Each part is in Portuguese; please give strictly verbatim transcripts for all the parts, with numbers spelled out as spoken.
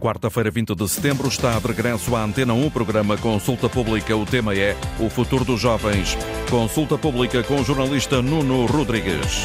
Quarta-feira, vinte de setembro, está de regresso à Antena um, programa Consulta Pública. O tema é o futuro dos jovens. Consulta Pública com o jornalista Nuno Rodrigues.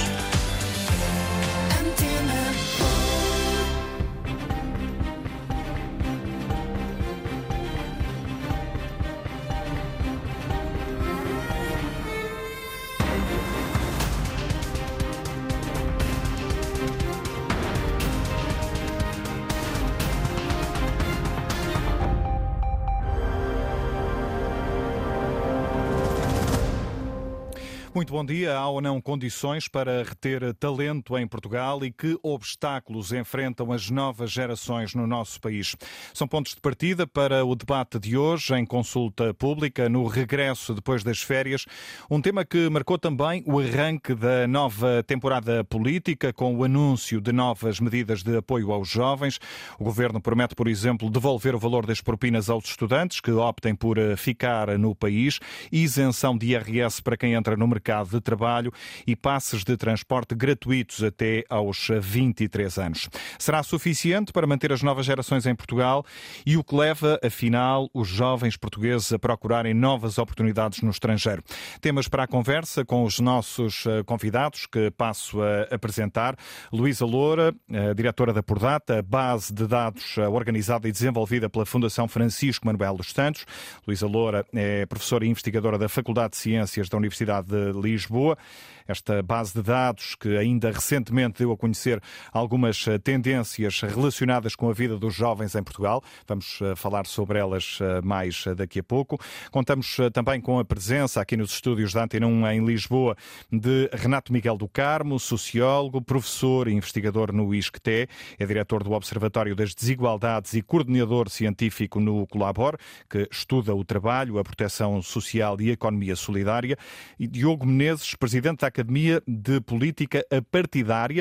Muito bom dia. Há ou não condições para reter talento em Portugal e que obstáculos enfrentam as novas gerações no nosso país? São pontos de partida para o debate de hoje em consulta pública, no regresso depois das férias. Um tema que marcou também o arranque da nova temporada política, com o anúncio de novas medidas de apoio aos jovens. O Governo promete, por exemplo, devolver o valor das propinas aos estudantes que optem por ficar no país, isenção de I R S para quem entra no mercado de trabalho e passes de transporte gratuitos até aos vinte e três anos. Será suficiente para manter as novas gerações em Portugal e o que leva, afinal, os jovens portugueses a procurarem novas oportunidades no estrangeiro? Temas para a conversa com os nossos convidados, que passo a apresentar. Luísa Loura, diretora da Pordata, base de dados organizada e desenvolvida pela Fundação Francisco Manuel dos Santos. Luísa Loura é professora e investigadora da Faculdade de Ciências da Universidade de Lisboa. Esta base de dados que ainda recentemente deu a conhecer algumas tendências relacionadas com a vida dos jovens em Portugal. Vamos falar sobre elas mais daqui a pouco. Contamos também com a presença aqui nos estúdios da Antena um em Lisboa de Renato Miguel do Carmo, sociólogo, professor e investigador no I S C T E, é diretor do Observatório das Desigualdades e coordenador científico no Colabor, que estuda o trabalho, a proteção social e a economia solidária. E Diogo Menezes, presidente da Academia de Política Partidária,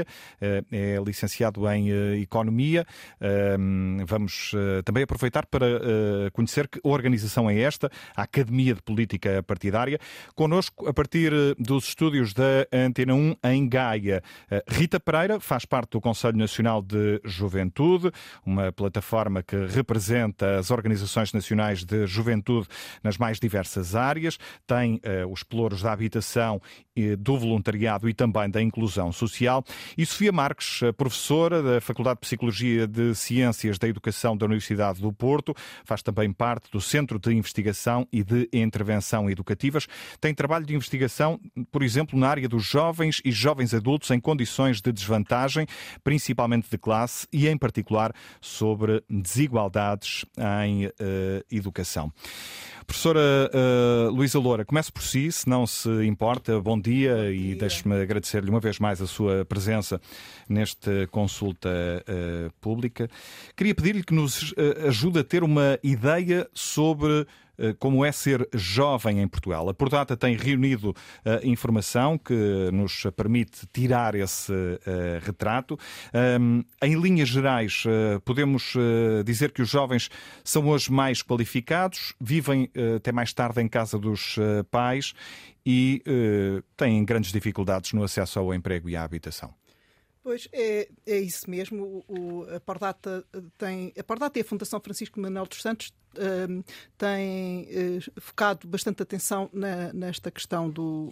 é licenciado em Economia. Vamos também aproveitar para conhecer que organização é esta, a Academia de Política Partidária. Connosco, a partir dos estúdios da Antena um em Gaia, Rita Pereira, faz parte do Conselho Nacional de Juventude, uma plataforma que representa as organizações nacionais de juventude nas mais diversas áreas. Tem os pelouros da habitação, do voluntariado e também da inclusão social. E Sofia Marques, professora da Faculdade de Psicologia de Ciências da Educação da Universidade do Porto, faz também parte do Centro de Investigação e de Intervenção Educativas. Tem trabalho de investigação, por exemplo, na área dos jovens e jovens adultos em condições de desvantagem, principalmente de classe, e em particular sobre desigualdades em uh, educação. Professora uh, Luísa Loura, comece por si, se não se importa. Bom dia e deixe-me agradecer-lhe uma vez mais a sua presença nesta consulta uh, pública. Queria pedir-lhe que nos uh, ajude a ter uma ideia sobre como é ser jovem em Portugal. A Pordata tem reunido uh, informação que nos permite tirar esse uh, retrato. Um, em linhas gerais, uh, podemos uh, dizer que os jovens são hoje mais qualificados, vivem uh, até mais tarde em casa dos uh, pais e uh, têm grandes dificuldades no acesso ao emprego e à habitação. Pois, é, é isso mesmo. O, a Pordata tem, a Pordata e a Fundação Francisco Manuel dos Santos um, têm uh, focado bastante atenção na, nesta questão do,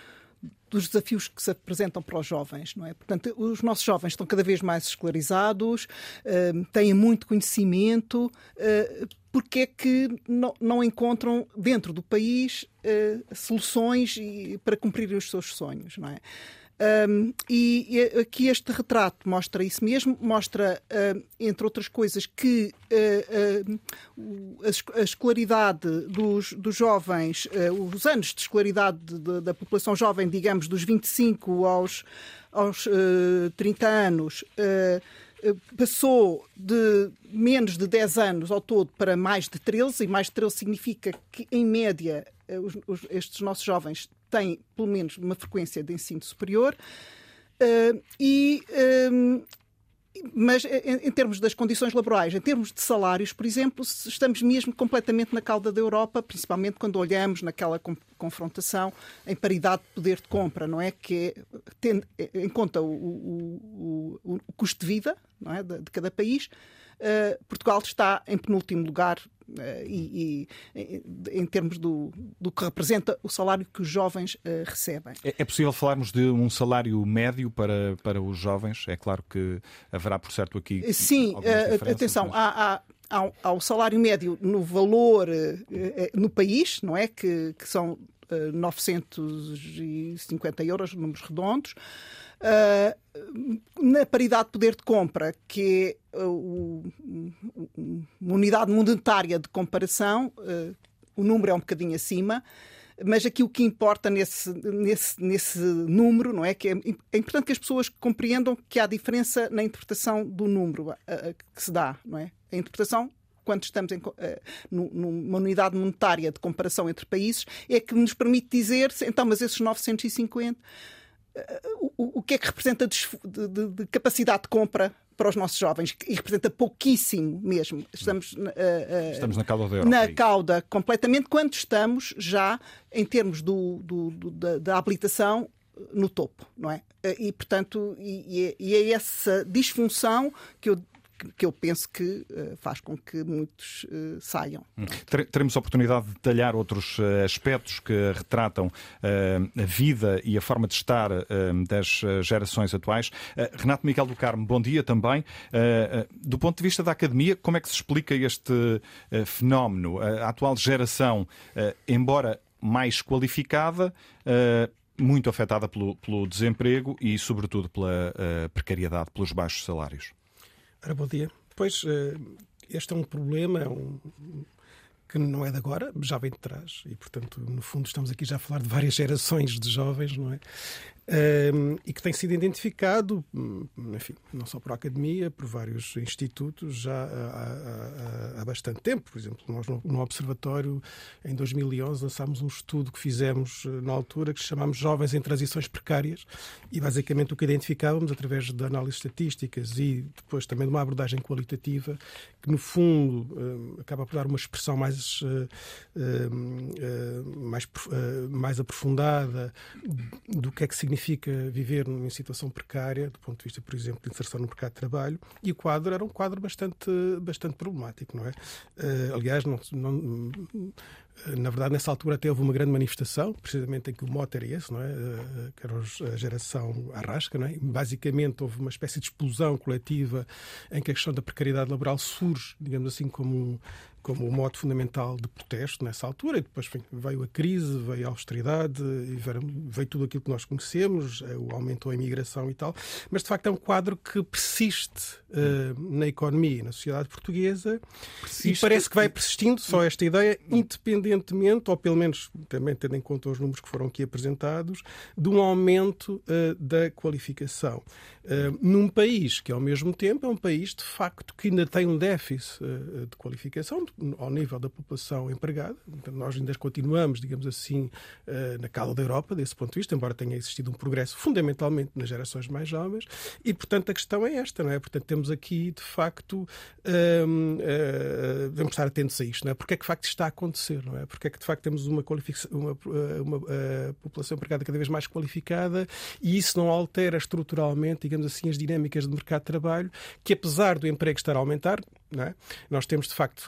dos desafios que se apresentam para os jovens, não é? Portanto, os nossos jovens estão cada vez mais escolarizados, uh, têm muito conhecimento, uh, porque é que não, não encontram dentro do país uh, soluções para cumprirem os seus sonhos, não é? Um, e, e aqui este retrato mostra isso mesmo, mostra, uh, entre outras coisas, que uh, uh, a, a escolaridade dos, dos jovens, uh, os anos de escolaridade de, da população jovem, digamos, dos vinte e cinco aos, aos uh, trinta anos, uh, passou de menos de dez anos ao todo para mais de treze, e mais de treze significa que, em média, os, os, estes nossos jovens têm, pelo menos, uma frequência de ensino superior. Uh, e, um, mas, em, em termos das condições laborais, em termos de salários, por exemplo, estamos mesmo completamente na cauda da Europa, principalmente quando olhamos naquela com, confrontação em paridade de poder de compra, não é? Que é, tendo em conta o, o, o, o custo de vida, não é? de, de cada país, uh, Portugal está em penúltimo lugar uh, e, e em termos do, do que representa o salário que os jovens uh, recebem. É, é possível falarmos de um salário médio para, para os jovens? É claro que haverá, por certo, aqui Sim, uh, atenção, mas... há, há Ao, ao salário médio no valor eh, no país, não é? Que, que são eh, novecentos e cinquenta euros, números redondos. Uh, na paridade de poder de compra, que é uh, uma unidade monetária de comparação, uh, o número é um bocadinho acima. Mas aqui o que importa nesse, nesse, nesse número, não é? Que é, é importante que as pessoas compreendam que há diferença na interpretação do número uh, que se dá, não é? A interpretação, quando estamos em, uh, numa unidade monetária de comparação entre países, é que nos permite dizer, então, mas esses novecentos e cinquenta, uh, o, o que é que representa de, de, de capacidade de compra para os nossos jovens, e representa pouquíssimo mesmo. Estamos, uh, uh, estamos na cauda da Europa. Na cauda completamente, quando estamos já, em termos do, do, do, da, da habilitação, no topo, não é? E, portanto, e, e é essa disfunção que eu que eu penso que uh, faz com que muitos uh, saiam. Teremos a oportunidade de detalhar outros uh, aspectos que retratam uh, a vida e a forma de estar uh, das gerações atuais. Uh, Renato Miguel do Carmo, bom dia também. Uh, uh, do ponto de vista da academia, como é que se explica este uh, fenómeno? A atual geração, uh, embora mais qualificada, uh, muito afetada pelo, pelo desemprego e, sobretudo, pela uh, precariedade, pelos baixos salários. Ora, bom dia. Pois, este é um problema é um, que não é de agora, já vem de trás. E, portanto, no fundo, estamos aqui já a falar de várias gerações de jovens, não é? Um, e que tem sido identificado, enfim, não só por academia, por vários institutos já há, há, há bastante tempo. Por exemplo, nós no, no Observatório, em dois mil e onze, lançámos um estudo que fizemos na altura, que chamámos Jovens em Transições Precárias, e basicamente o que identificávamos, através de análises estatísticas e depois também de uma abordagem qualitativa, que no fundo um, acaba por dar uma expressão mais, uh, uh, mais, uh, mais aprofundada do que é que significa significa viver numa situação precária, do ponto de vista, por exemplo, de inserção no mercado de trabalho, e o quadro era um quadro bastante, bastante problemático, não é? Uh, aliás, não, não, na verdade, nessa altura até houve uma grande manifestação, precisamente em que o mote era esse, não é? Uh, que era a geração Arrasca, não é? Basicamente, houve uma espécie de explosão coletiva em que a questão da precariedade laboral surge, digamos assim, como um como o modo fundamental de protesto nessa altura, e depois enfim, veio a crise, veio a austeridade, e veio, veio tudo aquilo que nós conhecemos, aumentou a imigração e tal, mas de facto é um quadro que persiste uh, na economia e na sociedade portuguesa, persiste. E parece que vai persistindo, só esta ideia, independentemente, ou pelo menos também tendo em conta os números que foram aqui apresentados, de um aumento uh, da qualificação. Uh, num país que, ao mesmo tempo, é um país, de facto, que ainda tem um déficit uh, de qualificação, ao nível da população empregada. Então, nós ainda continuamos, digamos assim, na cauda da Europa, desse ponto de vista, embora tenha existido um progresso fundamentalmente nas gerações mais jovens, e, portanto, a questão é esta, não é? Portanto, temos aqui, de facto, hum, hum, devemos estar atentos a isto, não é? Porque é que, de facto, está a acontecer, não é? Porque é que, de facto, temos uma, uma, uma, uma população empregada cada vez mais qualificada e isso não altera estruturalmente, digamos assim, as dinâmicas de mercado de trabalho, que, apesar do emprego estar a aumentar, não é? Nós temos, de facto,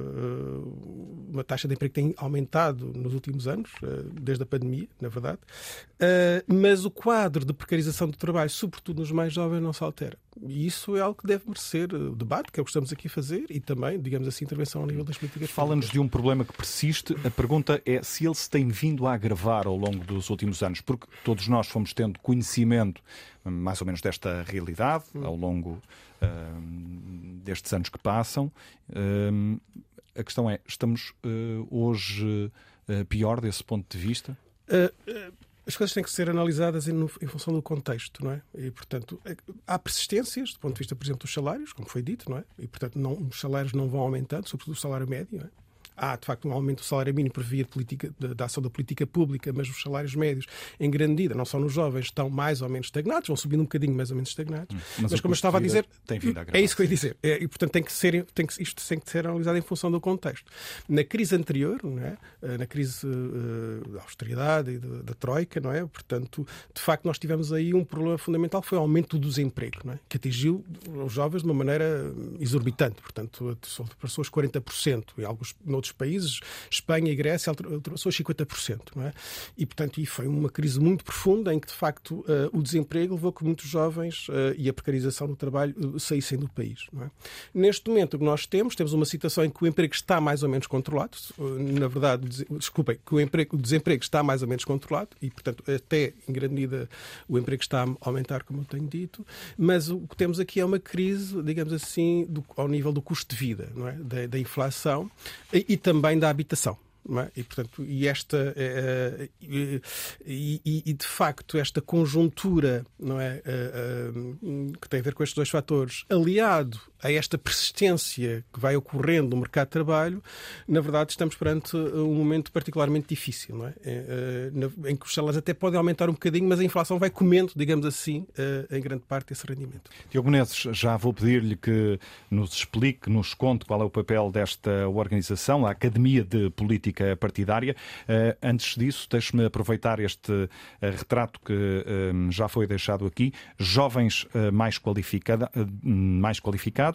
uma taxa de emprego que tem aumentado nos últimos anos, desde a pandemia, na verdade, mas o quadro de precarização do trabalho, sobretudo nos mais jovens, não se altera. E isso é algo que deve merecer debate, que é o que estamos aqui a fazer, e também, digamos assim, intervenção ao nível das políticas. Fala-nos de um problema que persiste. A pergunta é se ele se tem vindo a agravar ao longo dos últimos anos, porque todos nós fomos tendo conhecimento mais ou menos desta realidade ao longo uh, destes anos que passam. Uh, a questão é, estamos uh, hoje uh, pior desse ponto de vista? Uh, uh... As coisas têm que ser analisadas em, em função do contexto, não é? E, portanto, há persistências, do ponto de vista, por exemplo, dos salários, como foi dito, não é? E, portanto, não, os salários não vão aumentando, sobretudo o salário médio, não é? há, de facto, um aumento do salário mínimo por via de política, de, da ação da política pública, mas os salários médios, em grande medida, não só nos jovens, estão mais ou menos estagnados, vão subindo um bocadinho mais ou menos estagnados. Hum, mas, mas como eu estava a dizer, tem vindo a é isso que eu ia dizer. É, e, portanto, tem que ser, tem que, isto tem que ser analisado em função do contexto. Na crise anterior, não é? Na crise uh, da austeridade e da, da Troika, não é? Portanto, de facto, nós tivemos aí um problema fundamental, que foi o aumento do desemprego, não é? Que atingiu os jovens de uma maneira exorbitante. Portanto, ultrapassou os quarenta por cento. Em alguns noutros países, Espanha e Grécia, ultrapassou os cinquenta por cento. Não é? E, portanto, e foi uma crise muito profunda em que, de facto, uh, o desemprego levou que muitos jovens uh, e a precarização no trabalho uh, saíssem do país. Não é? Neste momento, o que nós temos, temos uma situação em que o emprego está mais ou menos controlado. Uh, na verdade, desculpem, que o, emprego, o desemprego está mais ou menos controlado e, portanto, até em grande medida o emprego está a aumentar, como eu tenho dito, mas o que temos aqui é uma crise, digamos assim, do, ao nível do custo de vida, não é? da, da inflação e, e também da habitação. Não é? E, portanto, e, esta, é, e, e, e, de facto, esta conjuntura, não é, que tem a ver com estes dois fatores, aliado a esta persistência que vai ocorrendo no mercado de trabalho, na verdade estamos perante um momento particularmente difícil, não é? Em que os salários até podem aumentar um bocadinho, mas a inflação vai comendo, digamos assim, em grande parte esse rendimento. Diogo Menezes, já vou pedir-lhe que nos explique, nos conte qual é o papel desta organização, a Academia de Política Partidária. Antes disso, deixe-me aproveitar este retrato que já foi deixado aqui. Jovens mais, qualificada, mais qualificados,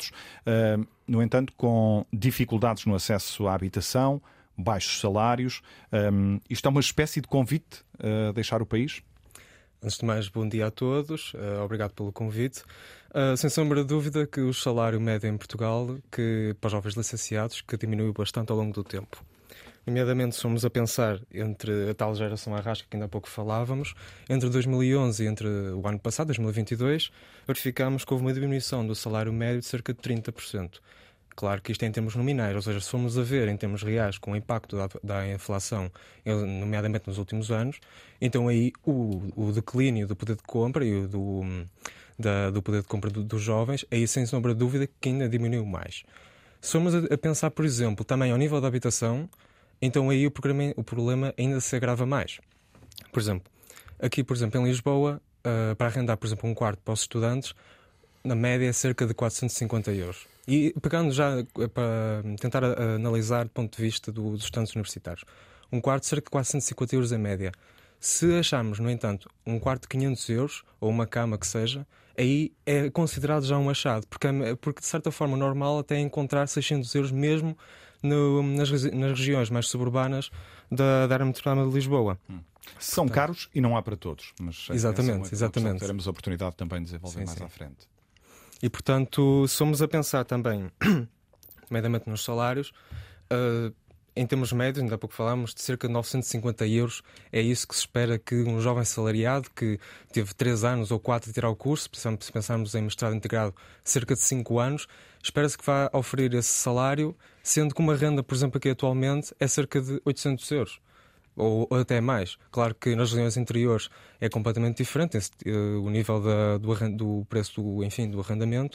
no entanto, com dificuldades no acesso à habitação, baixos salários. Isto é uma espécie de convite a deixar o país? Antes de mais, bom dia a todos. Obrigado pelo convite. Sem sombra de dúvida que o salário médio em Portugal, que para os jovens licenciados, que diminuiu bastante ao longo do tempo. Nomeadamente, somos a pensar entre a tal geração arrasca que ainda há pouco falávamos, entre dois mil e onze e entre o ano passado, dois mil e vinte e dois, verificámos que houve uma diminuição do salário médio de cerca de trinta por cento. Claro que isto é em termos nominais, ou seja, se formos a ver em termos reais com o impacto da, da inflação, nomeadamente nos últimos anos, então aí o, o declínio do poder de compra e o do, da, do poder de compra do, dos jovens, aí sem sombra de dúvida que ainda diminuiu mais. Se formos a, a pensar, por exemplo, também ao nível da habitação, então aí o problema, o problema ainda se agrava mais. Por exemplo, aqui, por exemplo, em Lisboa, uh, para arrendar, por exemplo, um quarto para os estudantes, na média é cerca de quatrocentos e cinquenta euros. E pegando já uh, para tentar uh, analisar do ponto de vista do, dos estudantes universitários, um quarto cerca de quatrocentos e cinquenta euros em média. Se acharmos, no entanto, um quarto de quinhentos euros, ou uma cama que seja, aí é considerado já um achado, porque, porque de certa forma normal até encontrar seiscentos euros mesmo No, nas, nas regiões mais suburbanas da, da área metropolitana de Lisboa. Hum. São Portanto, caros e não há para todos. Mas exatamente, é exatamente. Teremos a oportunidade também de desenvolver sim, mais sim. à frente. E, portanto, somos a pensar também, mediamente nos salários, uh, em termos médios, ainda há pouco falámos, de cerca de novecentos e cinquenta euros. É isso que se espera que um jovem salariado que teve três anos ou quatro de tirar o curso, se pensarmos em mestrado integrado, cerca de cinco anos, espera-se que vá oferir esse salário, sendo que uma renda, por exemplo, aqui atualmente, é cerca de oitocentos euros. Ou, ou até mais. Claro que nas regiões interiores é completamente diferente esse, uh, o nível da, do, do preço do, enfim, do arrendamento,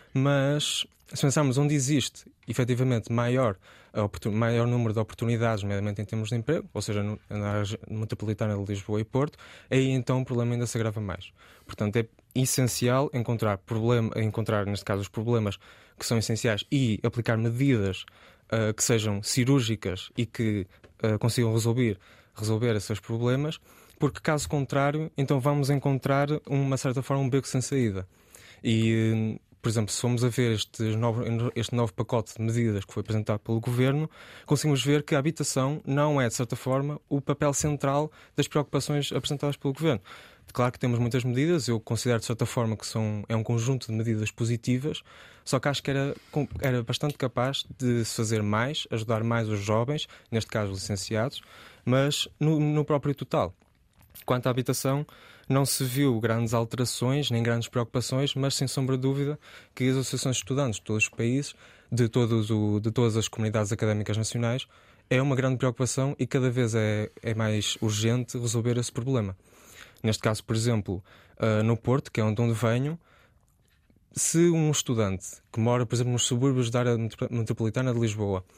mas se pensarmos onde existe efetivamente maior, maior número de oportunidades, nomeadamente em termos de emprego, ou seja, na área metropolitana de Lisboa e Porto, aí então o problema ainda se agrava mais. Portanto, é essencial encontrar, problema, encontrar neste caso, os problemas que são essenciais e aplicar medidas uh, que sejam cirúrgicas e que uh, consigam resolver, resolver esses problemas, porque caso contrário, então vamos encontrar, uma certa forma, um beco sem saída. E... Por exemplo, se formos a ver este novo, este novo pacote de medidas que foi apresentado pelo Governo, conseguimos ver que a habitação não é, de certa forma, o papel central das preocupações apresentadas pelo Governo. Claro que temos muitas medidas, eu considero, de certa forma, que são, é um conjunto de medidas positivas, só que acho que era, era bastante capaz de se fazer mais, ajudar mais os jovens, neste caso licenciados, mas no, no próprio total. Quanto à habitação, não se viu grandes alterações, nem grandes preocupações, mas sem sombra de dúvida que as associações de estudantes de todos os países, de, todos o, de todas as comunidades académicas nacionais, é uma grande preocupação e cada vez é, é mais urgente resolver esse problema. Neste caso, por exemplo, uh, no Porto, que é onde venho, se um estudante que mora, por exemplo, nos subúrbios da área metropolitana de Lisboa,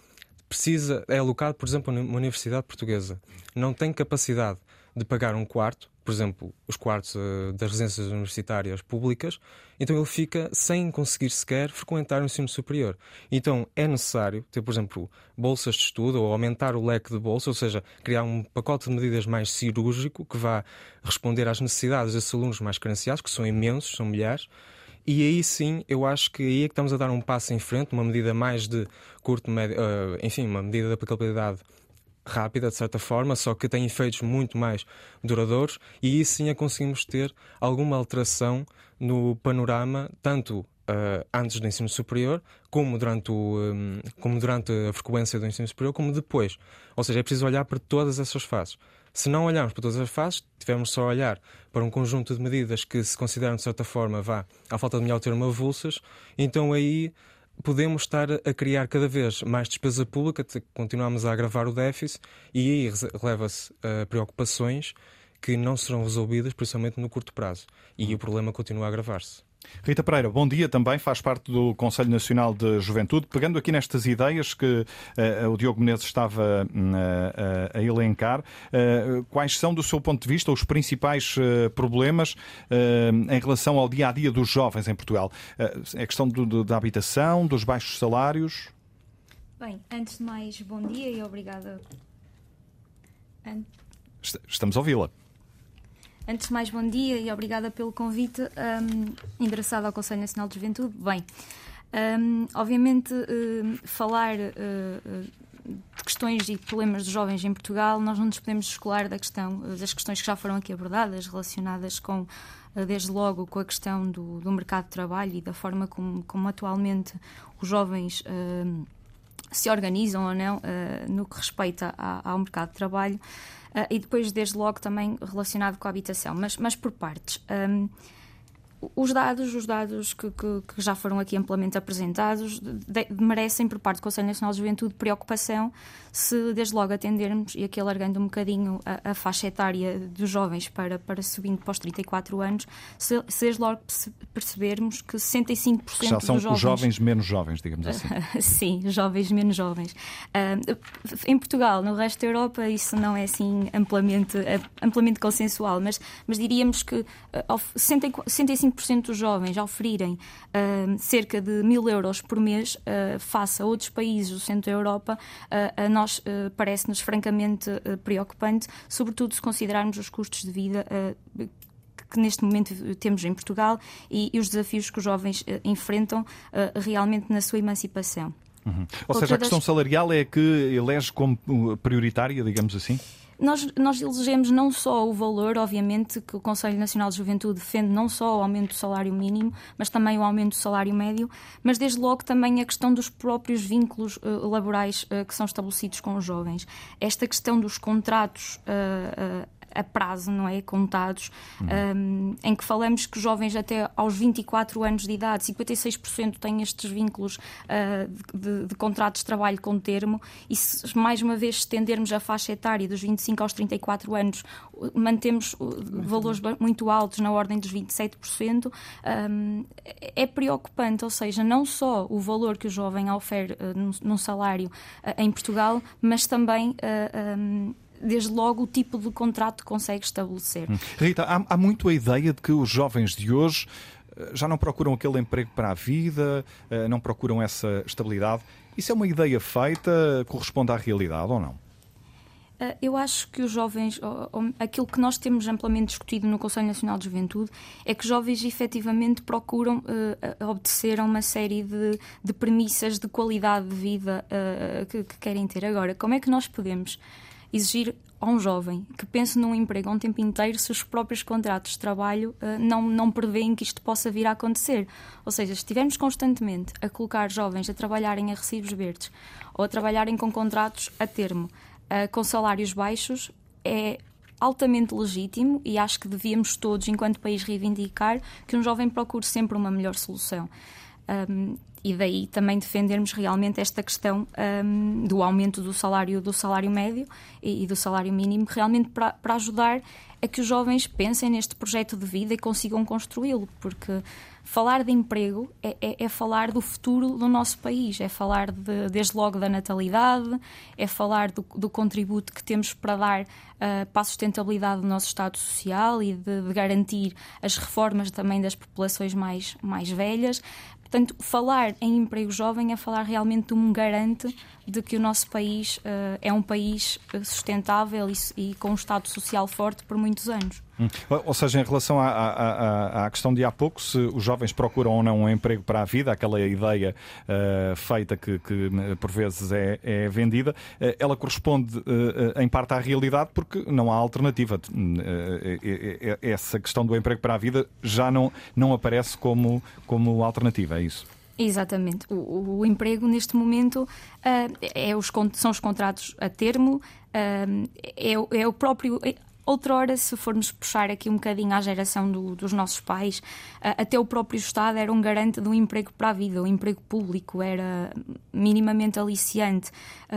precisa, é alocado, por exemplo, numa universidade portuguesa, não tem capacidade de pagar um quarto, por exemplo, os quartos uh, das residências universitárias públicas, então ele fica sem conseguir sequer frequentar o ensino superior. Então é necessário ter, por exemplo, bolsas de estudo ou aumentar o leque de bolsas, ou seja, criar um pacote de medidas mais cirúrgico que vá responder às necessidades desses alunos mais carenciados, que são imensos, são milhares. E aí sim, eu acho que aí é que estamos a dar um passo em frente, uma medida mais de curto, médio, uh, enfim, uma medida de aplicabilidade rápida, de certa forma, só que tem efeitos muito mais duradouros, e aí sim a conseguimos ter alguma alteração no panorama, tanto uh, antes do ensino superior, como durante, o, um, como durante a frequência do ensino superior, como depois. Ou seja, é preciso olhar para todas essas fases. Se não olharmos para todas as fases, tivermos só a olhar para um conjunto de medidas que se consideram, de certa forma, vá, à falta de melhor termo, avulsas, então aí podemos estar a criar cada vez mais despesa pública, continuamos a agravar o déficit, e aí releva-se uh, preocupações que não serão resolvidas, principalmente no curto prazo. E o problema continua a agravar-se. Rita Pereira, bom dia também, faz parte do Conselho Nacional de Juventude. Pegando aqui nestas ideias que uh, o Diogo Menezes estava uh, uh, a elencar, uh, quais são, do seu ponto de vista, os principais uh, problemas uh, em relação ao dia-a-dia dos jovens em Portugal? Uh, é questão do, do, da habitação, dos baixos salários? Bem, antes de mais, bom dia e obrigada. An... Estamos a ouvi-la. Antes de mais, bom dia e obrigada pelo convite, um, endereçado ao Conselho Nacional de Juventude. Bem, um, obviamente, uh, falar uh, de questões e problemas dos jovens em Portugal, nós não nos podemos descolar da questão, das questões que já foram aqui abordadas, relacionadas com, uh, desde logo, com a questão do, do mercado de trabalho e da forma como, como atualmente os jovens uh, se organizam ou não uh, no que respeita a, ao mercado de trabalho. Uh, e depois, desde logo, também relacionado com a habitação, mas, mas por partes. Um, os dados, os dados que, que, que já foram aqui amplamente apresentados de, merecem, por parte do Conselho Nacional de Juventude, preocupação se, desde logo, atendermos, e aqui alargando um bocadinho a, a faixa etária dos jovens para, para subindo para os trinta e quatro anos, se, se desde logo percebermos que sessenta e cinco por cento já são dos jovens... os jovens menos jovens, digamos assim. Sim, jovens menos jovens. Uh, em Portugal, no resto da Europa, isso não é assim amplamente, amplamente consensual, mas, mas diríamos que uh, sessenta e cinco por cento dos jovens, ao oferirem uh, cerca de mil euros por mês uh, face a outros países do centro da Europa, uh, a nós uh, parece-nos francamente uh, preocupante, sobretudo se considerarmos os custos de vida uh, que neste momento temos em Portugal e, e os desafios que os jovens uh, enfrentam uh, realmente na sua emancipação. Uhum. Ou seja, a questão das... salarial é a que elege como prioritária, digamos assim? Nós, nós elegemos não só o valor, obviamente, que o Conselho Nacional de Juventude defende, não só o aumento do salário mínimo, mas também o aumento do salário médio, mas desde logo também a questão dos próprios vínculos uh, laborais uh, que são estabelecidos com os jovens. Esta questão dos contratos uh, uh, a prazo, não é? Contados, uhum. um, em que falamos que jovens até aos vinte e quatro anos de idade, cinquenta e seis por cento têm estes vínculos uh, de, de contratos de trabalho com termo, e se mais uma vez estendermos a faixa etária dos vinte e cinco aos trinta e quatro anos, mantemos valores muito altos, na ordem dos vinte e sete por cento, um, é preocupante, ou seja, não só o valor que o jovem ofere uh, num, num salário uh, em Portugal, mas também uh, um, desde logo o tipo de contrato que consegue estabelecer. Rita, há, há muito a ideia de que os jovens de hoje já não procuram aquele emprego para a vida, não procuram essa estabilidade. Isso é uma ideia feita, corresponde à realidade ou não? Eu acho que os jovens, aquilo que nós temos amplamente discutido no Conselho Nacional de Juventude é que os jovens efetivamente procuram uh, obedecer a uma série de, de premissas de qualidade de vida uh, que, que querem ter. Agora, como é que nós podemos exigir a um jovem que pense num emprego um tempo inteiro se os próprios contratos de trabalho uh, não, não prevêem que isto possa vir a acontecer? Ou seja, se estivermos constantemente a colocar jovens a trabalharem a recibos verdes ou a trabalharem com contratos a termo, uh, com salários baixos, é altamente legítimo, e acho que devíamos todos, enquanto país, reivindicar que um jovem procure sempre uma melhor solução. Um, e daí também defendermos realmente esta questão um, do aumento do salário, do salário médio e, e do salário mínimo, realmente para, para ajudar a que os jovens pensem neste projeto de vida e consigam construí-lo, porque falar de emprego é, é, é falar do futuro do nosso país, é falar de, desde logo da natalidade, é falar do, do contributo que temos para dar uh, para a sustentabilidade do nosso Estado Social e de, de garantir as reformas também das populações mais, mais velhas. Portanto, falar em emprego jovem é falar realmente de um garante de que o nosso país uh, é um país sustentável e, e com um Estado Social forte por muitos anos. Hum. Ou seja, em relação à, à, à questão de há pouco, se os jovens procuram ou não um emprego para a vida, aquela ideia uh, feita que, que por vezes é, é vendida, uh, ela corresponde uh, em parte à realidade porque não há alternativa. Uh, essa questão do emprego para a vida já não, não aparece como, como alternativa, é isso? Exatamente. O, o emprego, neste momento, uh, é os, são os contratos a termo, uh, é, é o próprio... Outrora, se formos puxar aqui um bocadinho à geração do, dos nossos pais, até o próprio Estado era um garante de um emprego para a vida, o emprego público era minimamente aliciante.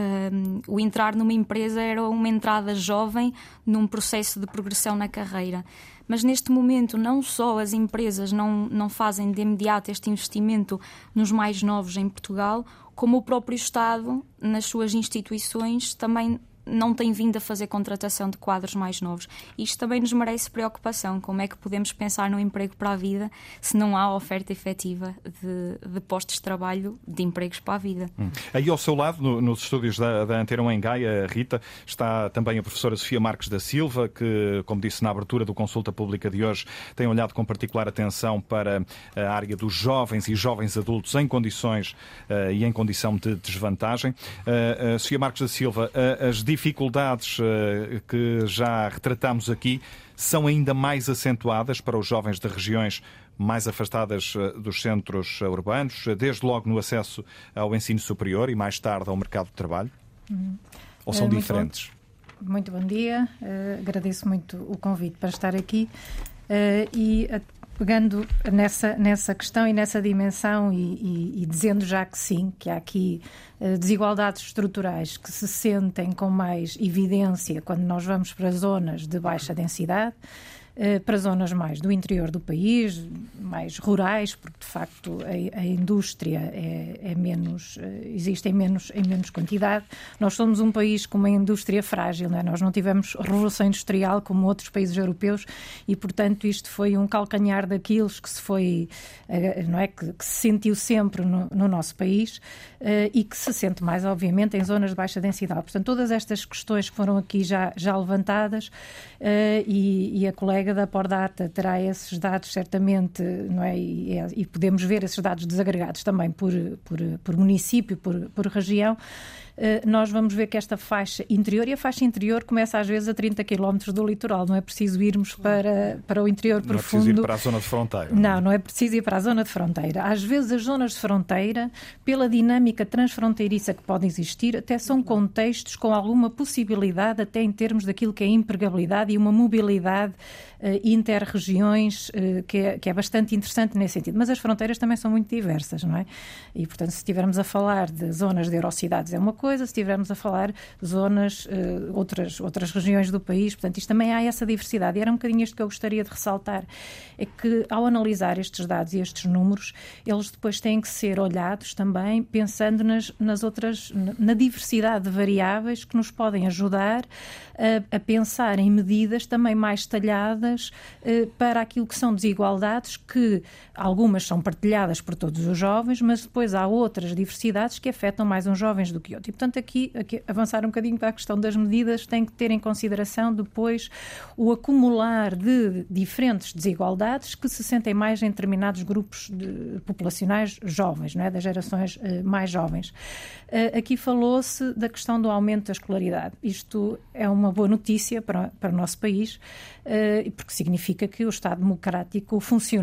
Um, o entrar numa empresa era uma entrada jovem num processo de progressão na carreira. Mas neste momento não só as empresas não, não fazem de imediato este investimento nos mais novos em Portugal, como o próprio Estado, nas suas instituições, também não tem vindo a fazer contratação de quadros mais novos. Isto também nos merece preocupação. Como é que podemos pensar no emprego para a vida se não há oferta efetiva de, de postos de trabalho de empregos para a vida? Hum. Aí ao seu lado, no, nos estúdios da, da Antena um em Gaia, Rita, está também a professora Sofia Marques da Silva, que, como disse na abertura do Consulta Pública de hoje, tem olhado com particular atenção para a área dos jovens e jovens adultos em condições uh, e em condição de desvantagem. Uh, uh, Sofia Marques da Silva, uh, as dificuldades uh, que já retratamos aqui são ainda mais acentuadas para os jovens de regiões mais afastadas uh, dos centros urbanos, desde logo no acesso ao ensino superior e mais tarde ao mercado de trabalho? Hum. Ou são uh, muito diferentes? Bom, muito bom dia, uh, agradeço muito o convite para estar aqui uh, e uh, pegando nessa, nessa questão e nessa dimensão e, e, e dizendo já que sim, que há aqui uh, desigualdades estruturais que se sentem com mais evidência quando nós vamos para zonas de baixa densidade, uh, para zonas mais do interior do país, mais rurais, porque de facto a, a indústria é, é menos, uh, existe em menos, em menos quantidade. Nós somos um país com uma indústria frágil, não é? Nós não tivemos revolução industrial como outros países europeus e, portanto, isto foi um calcanhar daqueles que se foi, uh, não é? Que, que se sentiu sempre no, no nosso país uh, e que se sente mais, obviamente, em zonas de baixa densidade. Portanto, todas estas questões que foram aqui já, já levantadas uh, e, e a colega da Pordata terá esses dados certamente, não é? E, e podemos ver esses dados desagregados também por, por, por município, por, por região. Uh, nós vamos ver que esta faixa interior, e a faixa interior começa às vezes a trinta quilómetros do litoral, não é preciso irmos para, para o interior profundo. Não é preciso ir para a zona de fronteira. Não, não é preciso ir para a zona de fronteira. Às vezes as zonas de fronteira, pela dinâmica transfronteiriça que pode existir, até são contextos com alguma possibilidade, até em termos daquilo que é empregabilidade e uma mobilidade uh, inter-regiões uh, que, é, que é bastante interessante nesse sentido. Mas as fronteiras também são muito diversas, não é? E, portanto, se estivermos a falar de zonas de eurocidades é uma coisa, se estivermos a falar de zonas, uh, outras, outras regiões do país, portanto, isto também há essa diversidade. E era um bocadinho isto que eu gostaria de ressaltar, é que ao analisar estes dados e estes números, eles depois têm que ser olhados também pensando nas, nas outras, na diversidade de variáveis que nos podem ajudar a, a pensar em medidas também mais detalhadas uh, para aquilo que são desigualdades, que algumas são partilhadas por todos os jovens, mas depois há outras diversidades que afetam mais uns jovens do que outros. E, portanto, aqui, aqui avançar um bocadinho para a questão das medidas, tem que ter em consideração depois o acumular de diferentes desigualdades que se sentem mais em determinados grupos de, populacionais jovens, não é? Das gerações uh, mais jovens. Uh, aqui falou-se da questão do aumento da escolaridade. Isto é uma boa notícia para, para o nosso país, uh, porque significa que o Estado democrático funcionou,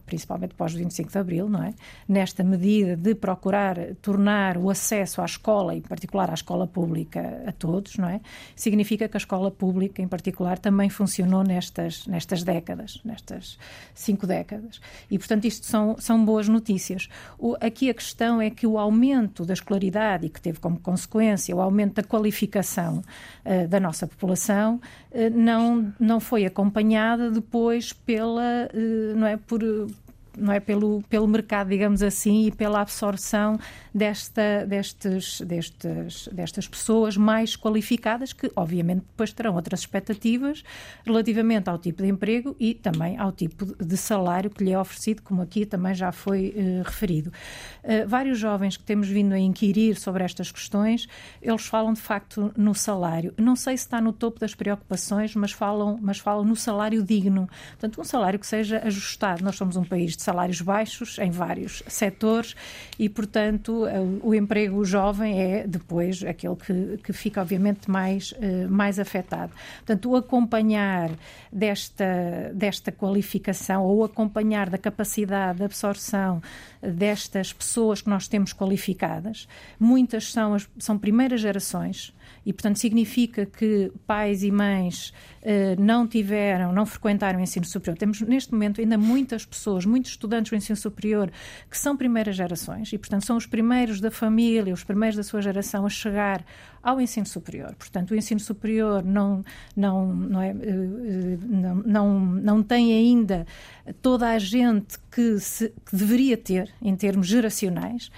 principalmente pós vinte e cinco de Abril, não é? Nesta medida de procurar tornar o acesso à escola, em particular à escola pública, a todos, não é? Significa que a escola pública, em particular, também funcionou nestas, nestas décadas, nestas cinco décadas. E, portanto, isto são, são boas notícias. O, aqui a questão é que o aumento da escolaridade, e que teve como consequência o aumento da qualificação uh, da nossa população, uh, não, não foi acompanhada depois pela, uh, não é, por... não é, pelo, pelo mercado, digamos assim, e pela absorção desta, destes, destes, destas pessoas mais qualificadas, que obviamente depois terão outras expectativas relativamente ao tipo de emprego e também ao tipo de salário que lhe é oferecido, como aqui também já foi eh, referido. Uh, vários jovens que temos vindo a inquirir sobre estas questões, eles falam de facto no salário. Não sei se está no topo das preocupações, mas falam, mas falam no salário digno. Portanto, um salário que seja ajustado. Nós somos um país de salários baixos em vários setores e, portanto, o emprego jovem é depois aquele que, que fica, obviamente, mais, mais afetado. Portanto, o acompanhar desta, desta qualificação ou o acompanhar da capacidade de absorção destas pessoas que nós temos qualificadas, muitas são, as, são primeiras gerações. E, portanto, significa que pais e mães eh, não tiveram, não frequentaram o ensino superior. Temos, neste momento, ainda muitas pessoas, muitos estudantes do ensino superior que são primeiras gerações e, portanto, são os primeiros da família, os primeiros da sua geração a chegar ao ensino superior. Portanto, o ensino superior não, não, não, é, não, não, não tem ainda toda a gente que, se, que deveria ter, em termos geracionais.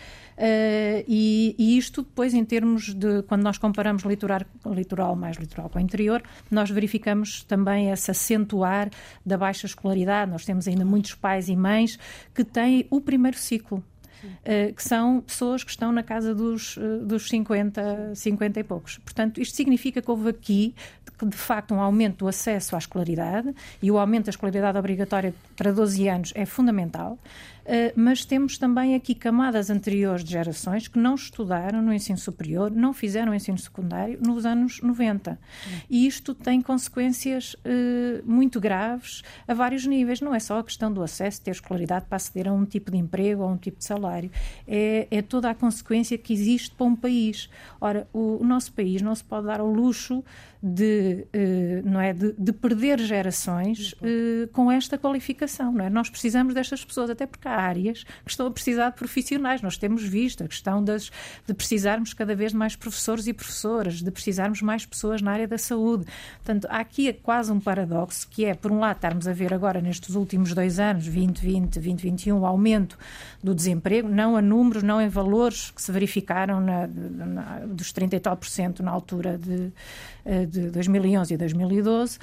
Uh, e, e isto depois, em termos de, quando nós comparamos litoral, litoral mais litoral com o interior, nós verificamos também esse acentuar da baixa escolaridade. Nós temos ainda muitos pais e mães que têm o primeiro ciclo. Uh, que são pessoas que estão na casa dos, uh, dos cinquenta, cinquenta e poucos. Portanto, isto significa que houve aqui, de, de facto, um aumento do acesso à escolaridade, e o aumento da escolaridade obrigatória para doze anos é fundamental, uh, mas temos também aqui camadas anteriores de gerações que não estudaram no ensino superior, não fizeram o ensino secundário nos anos noventa. Uhum. E isto tem consequências uh, muito graves a vários níveis. Não é só a questão do acesso, ter escolaridade para aceder a um tipo de emprego ou a um tipo de salário. É, é toda a consequência que existe para um país. Ora, o, o nosso país não se pode dar ao luxo de, uh, não é, de, de perder gerações uh, com esta qualificação. Não é? Nós precisamos destas pessoas, até porque há áreas que estão a precisar de profissionais. Nós temos visto a questão das, de precisarmos cada vez de mais professores e professoras, de precisarmos mais pessoas na área da saúde. Portanto, há aqui quase um paradoxo, que é, por um lado, estarmos a ver agora nestes últimos dois anos, vinte vinte, vinte vinte e um, o aumento do desemprego, não a números, não em valores que se verificaram na, na, dos trinta e tal por cento na altura de, de dois mil e onze e dois mil e doze,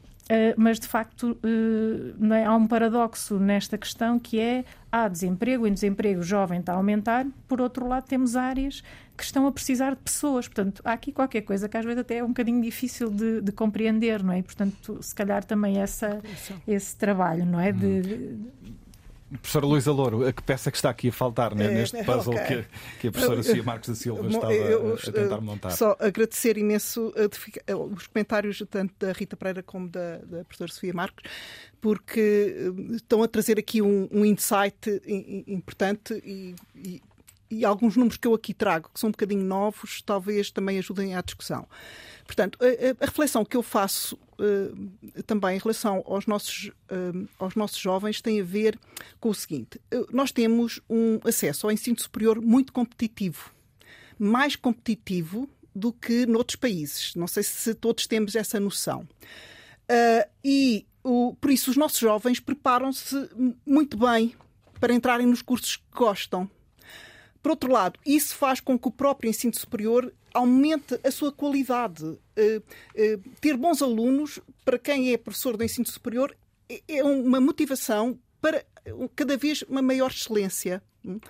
mas de facto não é? Há um paradoxo nesta questão, que é: há desemprego, e o desemprego jovem está a aumentar, por outro lado temos áreas que estão a precisar de pessoas. Portanto, há aqui qualquer coisa que às vezes até é um bocadinho difícil de, de compreender, não é? E, portanto, se calhar também essa, esse trabalho, não é? De, de, Professora Luísa Louro, a que peça que está aqui a faltar, né, neste puzzle okay. que, que a professora Sofia Marques da Silva estava eu, a tentar montar? Só agradecer imenso os comentários tanto da Rita Pereira como da, da professora Sofia Marques, porque estão a trazer aqui um, um insight importante e, e, e alguns números que eu aqui trago, que são um bocadinho novos, talvez também ajudem à discussão. Portanto, a, a reflexão que eu faço uh, também em relação aos nossos, uh, aos nossos jovens tem a ver com o seguinte: uh, nós temos um acesso ao ensino superior muito competitivo, mais competitivo do que noutros países. Não sei se todos temos essa noção. Uh, e o, por isso os nossos jovens preparam-se muito bem para entrarem nos cursos que gostam. Por outro lado, isso faz com que o próprio ensino superior aumente a sua qualidade. Uh, uh, ter bons alunos, para quem é professor do ensino superior, é uma motivação para cada vez uma maior excelência.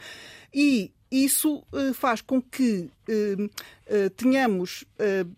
E isso uh, faz com que uh, uh, tenhamos uh,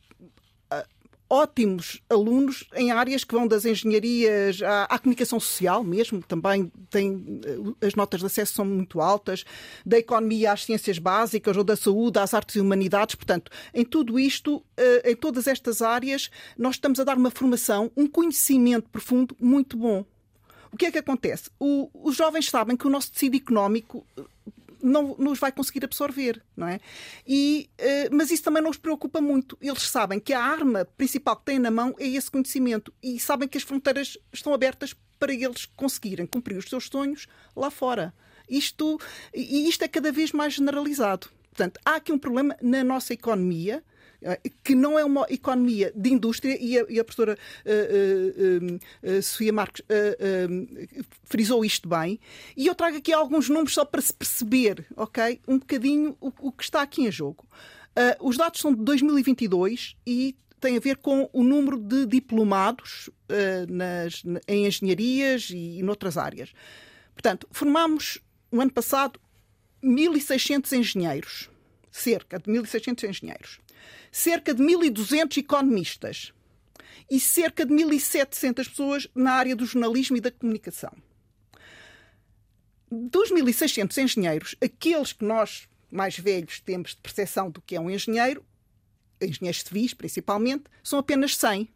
ótimos alunos em áreas que vão das engenharias à, à comunicação social mesmo, também tem, as notas de acesso são muito altas, da economia às ciências básicas ou da saúde às artes e humanidades. Portanto, em tudo isto, em todas estas áreas, nós estamos a dar uma formação, um conhecimento profundo muito bom. o que é que acontece? O, os jovens sabem que o nosso tecido económico não nos vai conseguir absorver, não é? E, uh, mas isso também não os preocupa muito. Eles sabem que a arma principal que têm na mão é esse conhecimento e sabem que as fronteiras estão abertas para eles conseguirem cumprir os seus sonhos lá fora. Isto, e isto é cada vez mais generalizado. Portanto, há aqui um problema na nossa economia, que não é uma economia de indústria, e a, e a professora uh, uh, uh, Sofia Marques uh, uh, frisou isto bem, e eu trago aqui alguns números só para se perceber, ok, um bocadinho o, o que está aqui em jogo. Uh, os dados são de dois mil e vinte e dois e têm a ver com o número de diplomados uh, nas, em engenharias e, e noutras áreas. Portanto, formámos, no ano passado, mil e seiscentos engenheiros, cerca de mil e seiscentos engenheiros. Cerca de mil e duzentos economistas e cerca de mil e setecentas pessoas na área do jornalismo e da comunicação. Dos mil e seiscentos engenheiros, aqueles que nós, mais velhos, temos de percepção do que é um engenheiro, engenheiros civis principalmente, são apenas cem.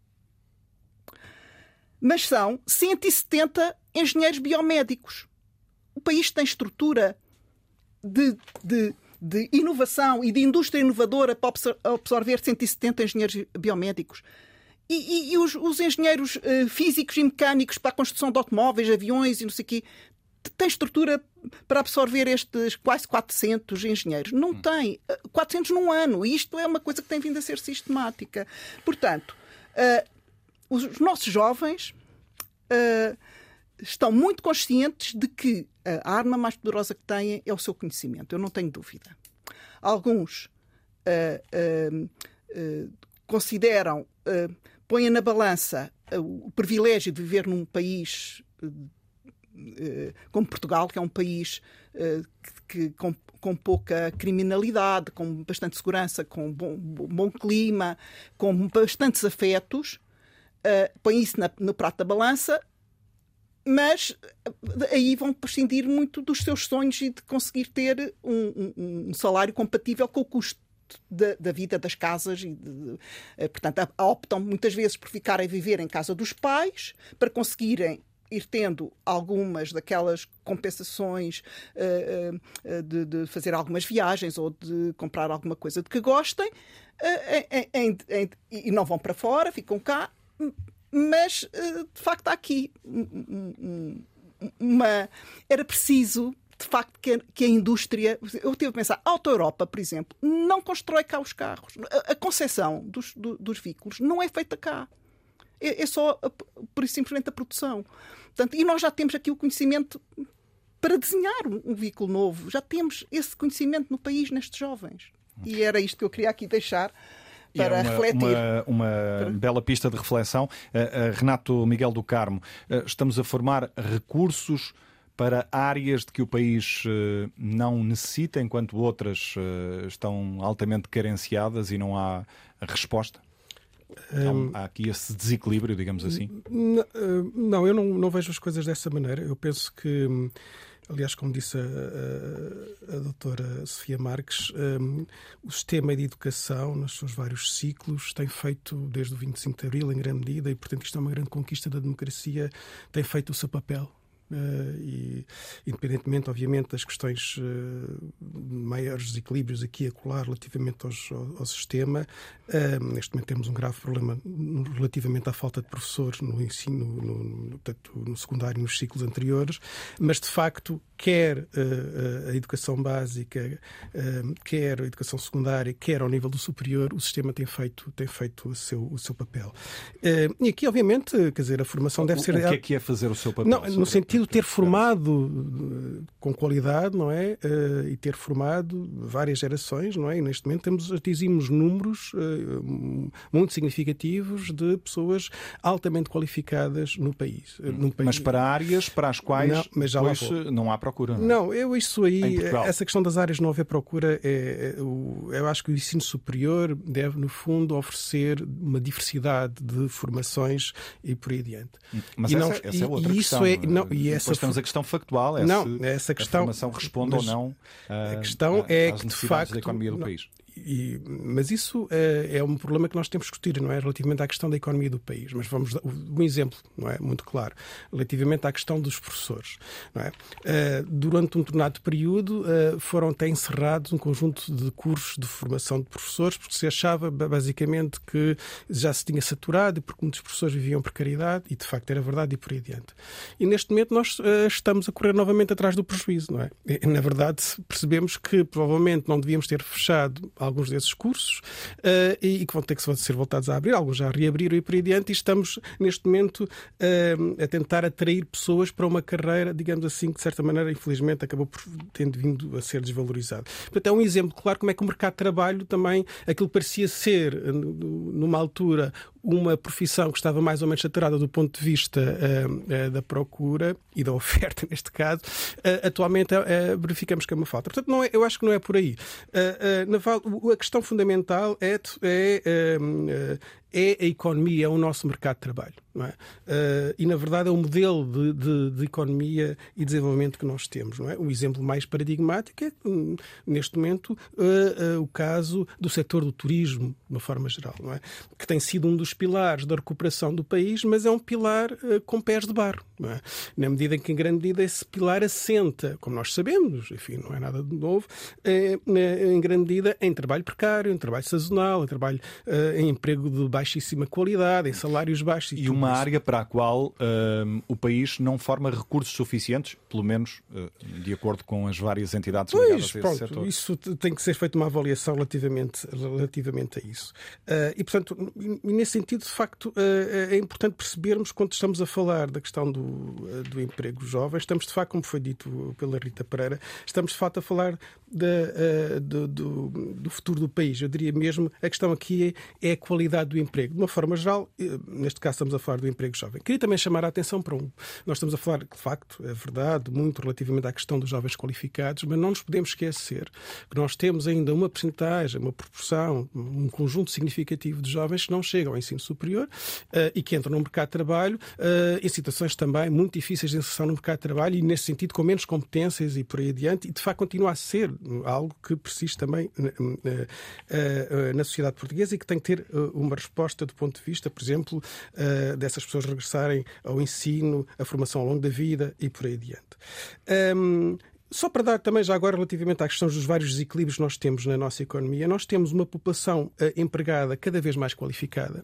Mas são cento e setenta engenheiros biomédicos. O país tem estrutura de... de de inovação e de indústria inovadora para absorver cento e setenta engenheiros biomédicos. E, e, e os, os engenheiros uh, físicos e mecânicos para a construção de automóveis, aviões e não sei o quê, têm estrutura para absorver estes quase quatrocentos engenheiros? Não tem. quatrocentos num ano. E isto é uma coisa que tem vindo a ser sistemática. Portanto, uh, os nossos jovens uh, estão muito conscientes de que a arma mais poderosa que têm é o seu conhecimento. Eu não tenho dúvida. Alguns uh, uh, uh, consideram, uh, põem na balança uh, o privilégio de viver num país uh, uh, como Portugal, que é um país uh, que, que, com, com pouca criminalidade, com bastante segurança, com bom, bom clima, com bastantes afetos. Uh, põem isso na, no prato da balança. Mas aí vão prescindir muito dos seus sonhos e de conseguir ter um, um, um salário compatível com o custo da, da vida, das casas. E de, portanto, optam muitas vezes por ficarem a viver em casa dos pais para conseguirem ir tendo algumas daquelas compensações uh, uh, de, de fazer algumas viagens ou de comprar alguma coisa de que gostem uh, em, em, em, e não vão para fora, ficam cá. Mas, de facto, há aqui uma... Era preciso, de facto, que a, que a indústria... Eu tive a pensar, a Auto Europa, por exemplo, não constrói cá os carros. A, a concepção dos, do, dos veículos não é feita cá. É, é só, por isso, simplesmente a produção. Portanto, e nós já temos aqui o conhecimento para desenhar um, um veículo novo. Já temos esse conhecimento no país, nestes jovens. E era isto que eu queria aqui deixar... para é uma, refletir. Uma, uma para... bela pista de reflexão. Uh, uh, Renato Miguel do Carmo, uh, estamos a formar recursos para áreas de que o país uh, não necessita, enquanto outras uh, estão altamente carenciadas e não há resposta? Então, há aqui esse desequilíbrio, digamos assim? Não, eu não, não vejo as coisas dessa maneira. Eu penso que... Aliás, como disse a, a, a doutora Sofia Marques, um, o sistema de educação, nos seus vários ciclos, tem feito, desde o vinte e cinco de Abril, em grande medida, e, portanto, isto é uma grande conquista da democracia, tem feito o seu papel. Uh, e, independentemente, obviamente, das questões uh, de maiores desequilíbrios aqui a colar relativamente aos, ao, ao sistema, uh, neste momento temos um grave problema relativamente à falta de professores no ensino, no, no, tanto no secundário e nos ciclos anteriores, mas, de facto, quer uh, a educação básica, uh, quer a educação secundária, quer ao nível do superior, o sistema tem feito, tem feito o, seu, o seu papel. Uh, e aqui, obviamente, quer dizer, a formação deve o, ser... O que é que é fazer o seu papel? Não, no sentido de ter formado com qualidade, não é? Uh, e ter formado várias gerações, não é? E neste momento temos, atingimos números uh, muito significativos de pessoas altamente qualificadas no país. Uh, no país. Mas para áreas para as quais não, mas já depois não há procura. Não, não, eu isso aí, essa questão das áreas não haver procura, é, é, eu acho que o ensino superior deve, no fundo, oferecer uma diversidade de formações e por aí adiante. Mas e essa, não, essa é outra e questão. Isso é, não, e Depois essa temos a questão factual, é não, se essa questão, a formação responde ou não a questão a, é às que, de necessidades facto, da economia do não, país. e, mas isso é, é um problema que nós temos que discutir, não é? Relativamente à questão da economia do país. Mas vamos dar um exemplo, não é? Muito claro, relativamente à questão dos professores, não é? Uh, durante um determinado período uh, foram até encerrados um conjunto de cursos de formação de professores, porque se achava basicamente que já se tinha saturado, porque muitos professores viviam precariedade, e de facto era verdade, e por aí adiante. E neste momento nós uh, estamos a correr novamente atrás do prejuízo, não é? E, na verdade, percebemos que provavelmente não devíamos ter fechado alguns desses cursos uh, e, e que vão ter que ser voltados a abrir, alguns já reabriram e por aí adiante, e estamos neste momento uh, a tentar atrair pessoas para uma carreira, digamos assim, que de certa maneira, infelizmente, acabou por tendo vindo a ser desvalorizado. Portanto, é um exemplo claro como é que o mercado de trabalho também, aquilo parecia ser, numa altura, uma profissão que estava mais ou menos saturada do ponto de vista uh, uh, da procura e da oferta, neste caso, uh, atualmente uh, verificamos que é uma falta. Portanto, não é, eu acho que não é por aí. Uh, uh, na, a questão fundamental é, é, uh, é a economia, é o nosso mercado de trabalho. Não é? Uh, e, na verdade, é o modelo de, de, de economia e desenvolvimento que nós temos. Não é? O exemplo mais paradigmático é, neste momento, uh, uh, o caso do setor do turismo, de uma forma geral, não é? Que tem sido um dos pilares da recuperação do país, mas é um pilar uh, com pés de barro. Não é? Na medida em que, em grande medida, esse pilar assenta, como nós sabemos, enfim, não é nada de novo, uh, em grande medida em trabalho precário, em trabalho sazonal, em trabalho uh, em emprego de baixíssima qualidade, em salários baixos. E, e uma área para a qual uh, o país não forma recursos suficientes, pelo menos uh, de acordo com as várias entidades pois, ligadas a esse pronto, setor. Isso tem que ser feita uma avaliação relativamente, relativamente a isso. Uh, e, portanto, e nesse sentido, de facto, uh, é importante percebermos, quando estamos a falar da questão do, uh, do emprego jovem, estamos, de facto, como foi dito pela Rita Pereira, estamos, de facto, a falar da, uh, do, do, do futuro do país. Eu diria mesmo, a questão aqui é, é a qualidade do emprego. De uma forma geral, neste caso estamos a falar do emprego jovem. Queria também chamar a atenção para um. Nós estamos a falar, de facto, é verdade, muito relativamente à questão dos jovens qualificados, mas não nos podemos esquecer que nós temos ainda uma percentagem, uma proporção, um conjunto significativo de jovens que não chegam ao ensino superior uh, e que entram no mercado de trabalho uh, em situações também muito difíceis de inserção no mercado de trabalho e, nesse sentido, com menos competências e por aí adiante, e de facto continua a ser algo que persiste também uh, uh, uh, na sociedade portuguesa e que tem que ter uh, uma resposta do ponto de vista, por exemplo, uh, dessas pessoas regressarem ao ensino, à formação ao longo da vida e por aí adiante. Um, Só para dar também já agora relativamente à questão dos vários desequilíbrios que nós temos na nossa economia, nós temos uma população uh, empregada cada vez mais qualificada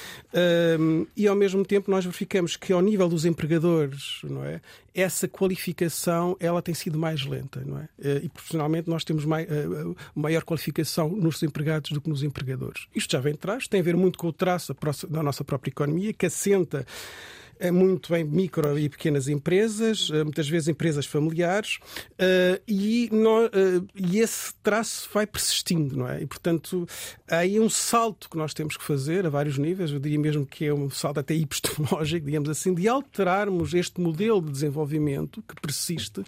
uh, e ao mesmo tempo nós verificamos que ao nível dos empregadores, não é, essa qualificação ela tem sido mais lenta, não é? Uh, e profissionalmente nós temos mai, uh, maior qualificação nos empregados do que nos empregadores. Isto já vem de trás, tem a ver muito com o traço da nossa própria economia, que assenta é muito em micro e pequenas empresas, muitas vezes empresas familiares, e, nós, e esse traço vai persistindo, não é? E, portanto, há aí um salto que nós temos que fazer a vários níveis, eu diria mesmo que é um salto até epistemológico, digamos assim, de alterarmos este modelo de desenvolvimento que persiste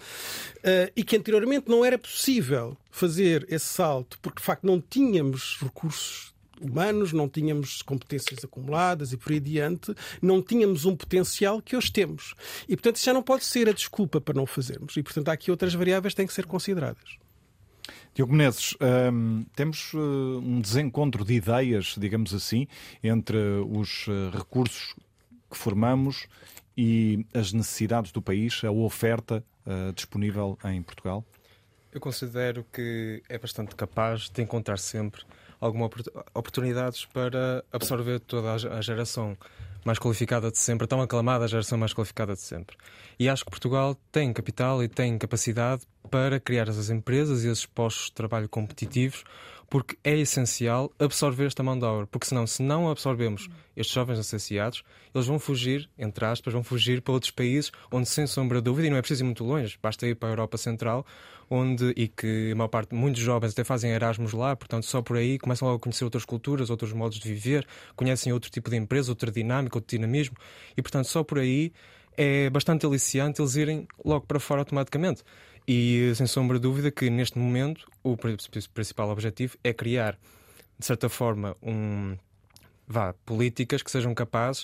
e que anteriormente não era possível fazer esse salto, porque, de facto, não tínhamos recursos humanos, não tínhamos competências acumuladas e por aí adiante, não tínhamos um potencial que hoje temos. E, portanto, isso já não pode ser a desculpa para não fazermos. E, portanto, há aqui outras variáveis que têm que ser consideradas. Diogo Menezes, hum, temos uh, um desencontro de ideias, digamos assim, entre os uh, recursos que formamos e as necessidades do país, a oferta uh, disponível em Portugal? Eu considero que é bastante capaz de encontrar sempre algumas oportunidades para absorver toda a geração mais qualificada de sempre, tão aclamada geração mais qualificada de sempre. E acho que Portugal tem capital e tem capacidade para criar essas empresas e esses postos de trabalho competitivos, porque é essencial absorver esta mão de obra, porque senão, se não absorvemos estes jovens licenciados, eles vão fugir, entre aspas, vão fugir para outros países onde, sem sombra de dúvida, e não é preciso ir muito longe, basta ir para a Europa Central, onde, e que a maior parte, muitos jovens até fazem Erasmus lá, portanto só por aí começam a conhecer outras culturas, outros modos de viver, conhecem outro tipo de empresa, outra dinâmica, outro dinamismo, e portanto só por aí é bastante aliciante eles irem logo para fora automaticamente. E sem sombra de dúvida que neste momento o principal objetivo é criar, de certa forma, um, vá, políticas que sejam capazes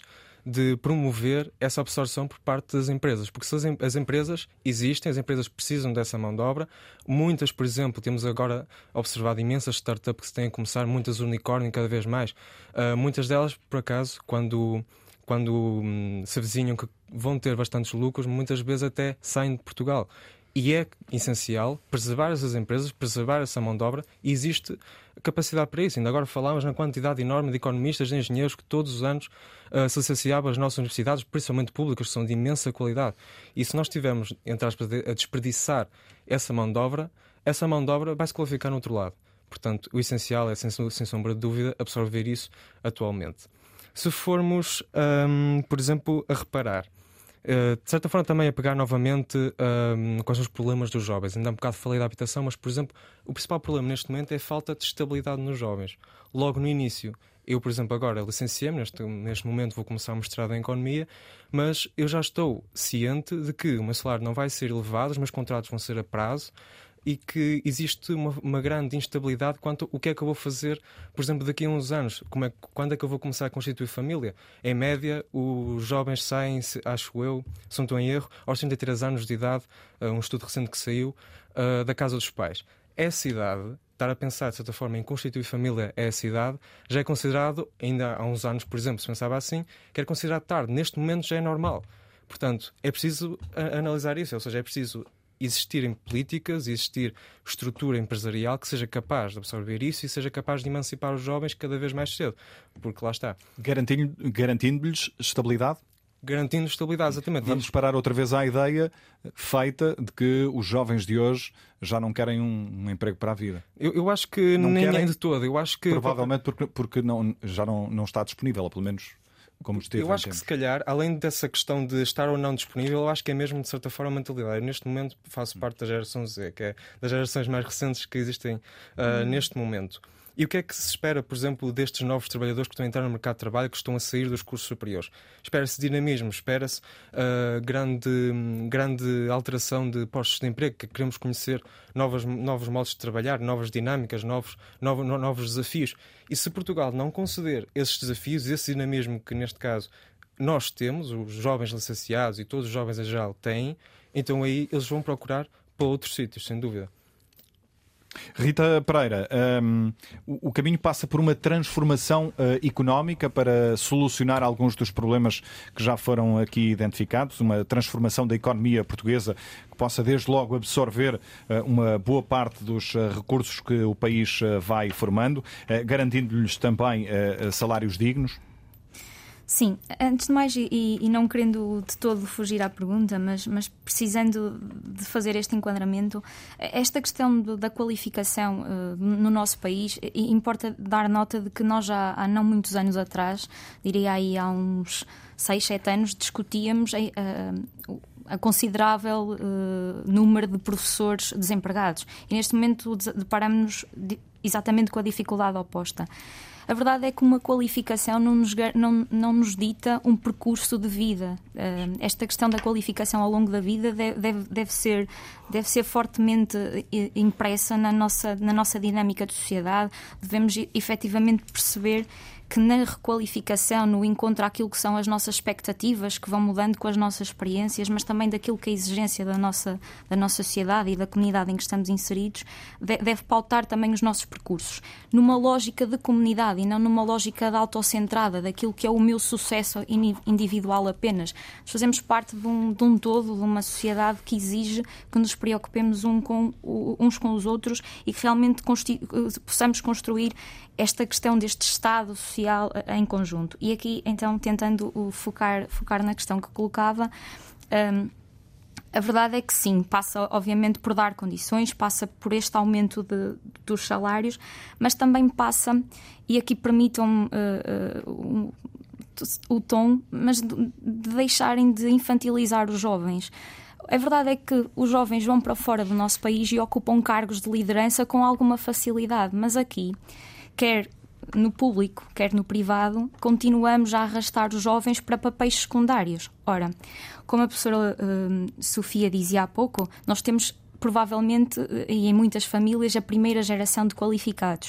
de promover essa absorção por parte das empresas, porque se as, em, as empresas existem, as empresas precisam dessa mão de obra. Muitas, por exemplo, temos agora observado imensas startups que se têm a começar, muitas unicórnio cada vez mais. Uh, muitas delas, por acaso, quando, quando hum, se avizinham que vão ter bastantes lucros, muitas vezes até saem de Portugal. E é essencial preservar essas empresas, preservar essa mão de obra, e existe capacidade para isso. Ainda agora falámos na quantidade enorme de economistas, de engenheiros que todos os anos uh, se associavam às nossas universidades, principalmente públicas, que são de imensa qualidade. E se nós estivermos, entre aspas, a desperdiçar essa mão de obra, essa mão de obra vai se qualificar no outro lado. Portanto, o essencial é, sem, sem sombra de dúvida, absorver isso atualmente. Se formos, um, por exemplo, a reparar, Uh, de certa forma também a pegar novamente uh, quais são os problemas dos jovens. Ainda há um bocado falei da habitação, mas, por exemplo, o principal problema neste momento é a falta de estabilidade nos jovens. Logo no início, eu, por exemplo, agora licenciei-me, neste, neste momento vou começar a mestrado em Economia, mas eu já estou ciente de que o meu salário não vai ser elevado, os meus contratos vão ser a prazo, e que existe uma, uma grande instabilidade quanto ao que é que eu vou fazer, por exemplo, daqui a uns anos. Como é, quando é que eu vou começar a constituir família? Em média, os jovens saem, acho eu, se não estou em erro, aos trinta e três anos de idade, um estudo recente que saiu, uh, da casa dos pais. Essa idade, estar a pensar de certa forma em constituir família a essa idade, já é considerado, ainda há uns anos, por exemplo, se pensava assim, que era considerado tarde. Neste momento já é normal. Portanto, é preciso analisar isso, ou seja, é preciso existirem políticas, existir estrutura empresarial que seja capaz de absorver isso e seja capaz de emancipar os jovens cada vez mais cedo. Porque lá está. Garantindo, garantindo-lhes estabilidade? Garantindo estabilidade, exatamente. Vamos parar outra vez à ideia feita de que os jovens de hoje já não querem um, um emprego para a vida. Eu, eu acho que não nem querem, de todo. Eu acho que provavelmente porque, porque não, já não, não está disponível, ou pelo menos como esteve. Eu acho que se calhar, além dessa questão de estar ou não disponível, eu acho que é mesmo de certa forma a mentalidade. Eu, neste momento faço parte da geração Z, que é das gerações mais recentes que existem uh, hum. neste momento. E o que é que se espera, por exemplo, destes novos trabalhadores que estão a entrar no mercado de trabalho, que estão a sair dos cursos superiores? Espera-se dinamismo, espera-se uh, grande, grande alteração de postos de emprego, que queremos conhecer novos, novos modos de trabalhar, novas dinâmicas, novos, novos, novos desafios. E se Portugal não conceder esses desafios, esse dinamismo que, neste caso, nós temos, os jovens licenciados e todos os jovens em geral têm, então aí eles vão procurar para outros sítios, sem dúvida. Rita Pereira, um, o caminho passa por uma transformação uh, económica para solucionar alguns dos problemas que já foram aqui identificados, uma transformação da economia portuguesa que possa desde logo absorver uh, uma boa parte dos uh, recursos que o país uh, vai formando, uh, garantindo-lhes também uh, salários dignos? Sim, antes de mais, e, e não querendo de todo fugir à pergunta, mas, mas precisando de fazer este enquadramento, esta questão do, da qualificação uh, no nosso país, importa dar nota de que nós já há não muitos anos atrás, diria aí há uns seis, sete anos, discutíamos a, a, a considerável uh, número de professores desempregados. E neste momento deparamos-nos exatamente com a dificuldade oposta. A verdade é que uma qualificação não nos, não, não nos dita um percurso de vida. Uh, esta questão da qualificação ao longo da vida deve, deve, deve, ser, deve ser fortemente impressa na nossa, na nossa dinâmica de sociedade. Devemos efetivamente perceber que na requalificação, no encontro àquilo que são as nossas expectativas, que vão mudando com as nossas experiências, mas também daquilo que é a exigência da nossa, da nossa sociedade e da comunidade em que estamos inseridos, deve pautar também os nossos percursos. Numa lógica de comunidade e não numa lógica de autocentrada, daquilo que é o meu sucesso individual apenas. Nós fazemos parte de um, de um todo, de uma sociedade que exige que nos preocupemos um com, uns com os outros e que realmente possamos construir esta questão deste Estado social em conjunto. E aqui, então, tentando focar, focar na questão que colocava, um, a verdade é que sim, passa obviamente por dar condições, passa por este aumento de, dos salários, mas também passa, e aqui permitam-me uh, uh, o tom, mas de, de deixarem de infantilizar os jovens. A verdade é que os jovens vão para fora do nosso país e ocupam cargos de liderança com alguma facilidade, mas aqui, quer no público, quer no privado, continuamos a arrastar os jovens para papéis secundários. Ora, como a professora uh, Sofia dizia há pouco, nós temos provavelmente, e em muitas famílias, a primeira geração de qualificados.